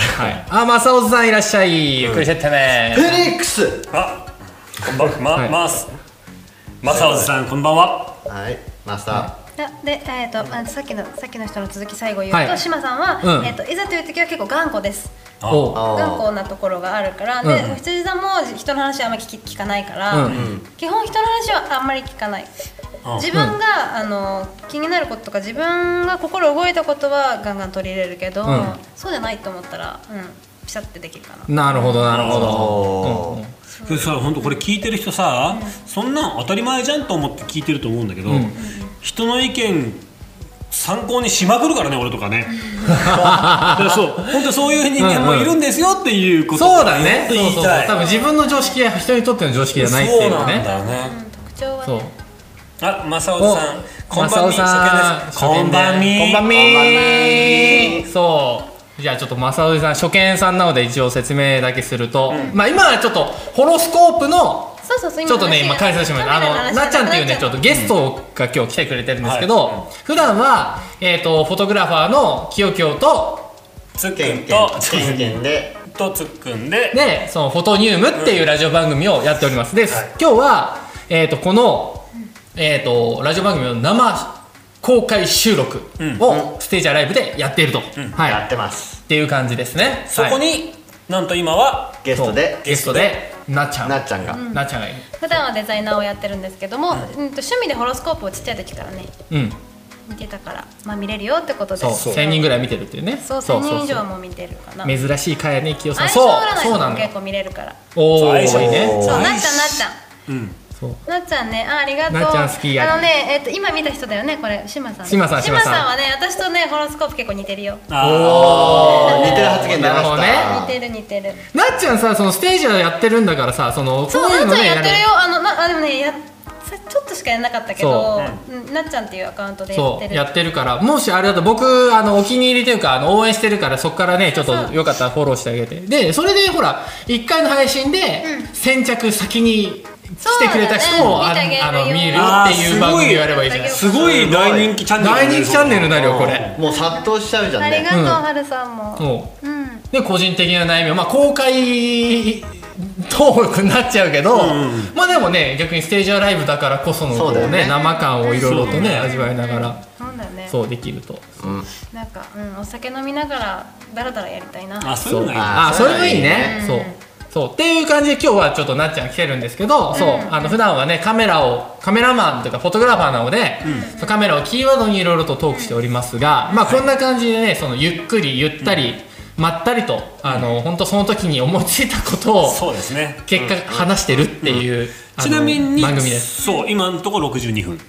マサオズさんいらっしゃい。ゆっくりしてってね。 フェニックス。 こんばんは。マサオズさんこんばんは。 はい、マスター。 で、さっきの人の続き最後言うと、島さんは、いざという時は結構頑固です。頑固なところがあるから、で、羊さんも人の話はあんまり聞かないから、基本人の話はあんまり聞かない。自分が気になることとか自分が心動いたことはガンガン取り入れるけど、そうじゃないと思ったら、ピシャってできるかな。 なるほどなるほど。 さ本当これ聞いてる人さ、そんなん当たり前じゃんと思って聞いてると思うんだけど、人の意見参考にしまくるからね俺とかね。そう本当そういう人間もいるんですよっていうことを言いたい。多分自分の常識は人にとっての常識じゃないっていうね。 特徴はね。 マサオさんこんばんみ。こんばんみ。 そう。じゃあちょっと正雄さん初見さんなので一応説明だけすると、今はちょっとホロスコープのちょっとね今解説しましたなっちゃんっていうねちょっとゲストが今日来てくれてるんですけど、普段はフォトグラファーのきよきよとつっくんとつっくんでそのフォトニウムっていうラジオ番組をやっております。で今日はこのラジオ番組の生公開収録をステージアライブでやっていると、 やってますっていう感じですね。 そこになんと今はゲストでなっちゃんがいる。普段はデザイナーをやってるんですけども、趣味でホロスコープをちっちゃい時からね見てたから見れるよってことで 1000人ぐらい見てるっていうね。 そう1000人以上も見てるかな。 珍しい回やねきよさん。 そうなの結構見れるから。 おおいいね。 そうなっちゃんなっちゃんね、ありがとう。 なっちゃん好きや。 今見た人だよね、これ、島さん。 島さんはね、私とね、ホロスコープ結構似てるよ。 似てる発言出ました。 似てる。 なっちゃんさ、そのステージをやってるんだからさ、そういうのね。 なっちゃんやってるよ。でもね、ちょっとしかやらなかったけど、なっちゃんっていうアカウントでやってるから、もしあれだと僕お気に入りというか応援してるから、そこからねちょっとよかったらフォローしてあげて。でそれでほら1回の配信で先着先に来てくれた人を見るっていう番組やればいいじゃない。 すごい大人気チャンネル。 大人気チャンネルになるよこれ。 もう殺到しちゃうじゃんね。 ありがとうはるさんも。 で個人的な悩みを公開トークになっちゃうけど、でもね逆にステージアライブだからこそのね生感をいろいろとね味わいながらそうできると。 なんかお酒飲みながらだらだらやりたいな。 それもいいね。そうっていう感じで今日はちょっとなっちゃん来てるんですけど、普段はねカメラマンというかフォトグラファーなので、カメラをキーワードにいろいろとトークしておりますが、こんな感じでねゆっくりゆったりまったりと本当その時に思いついたことを結果話してるっていうちなみに番組です。 そう今のところ62分。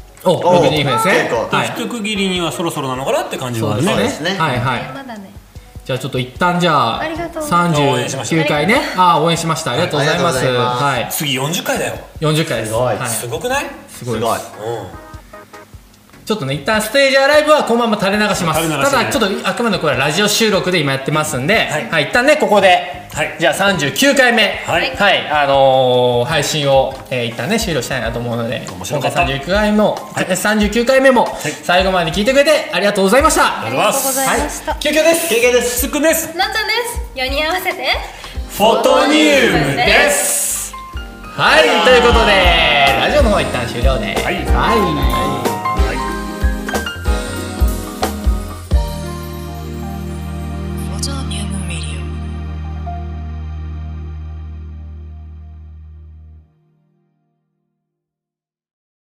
62分ですね。 一区切りにはそろそろなのかなって感じはですね。じゃあちょっと一旦じゃあ39回ね応援しました。ありがとうございます。 次40回だよ。 40回です。 すごくない？ すごい。ちょっとね一旦ステージアライブはこのまま垂れ流します。ただちょっとあくまでこれはラジオ収録で今やってますんで、一旦ねここでじゃあ39回目配信を一旦ね終了したいなと思うので、今回39回目も最後まで聞いてくれてありがとうございました。 ありがとうございました。 キュキュです。 ケケです。 すっくんです。 なっちゃんです。4人合わせてフォトニウムです。 はいということでラジオの方一旦終了です。はい。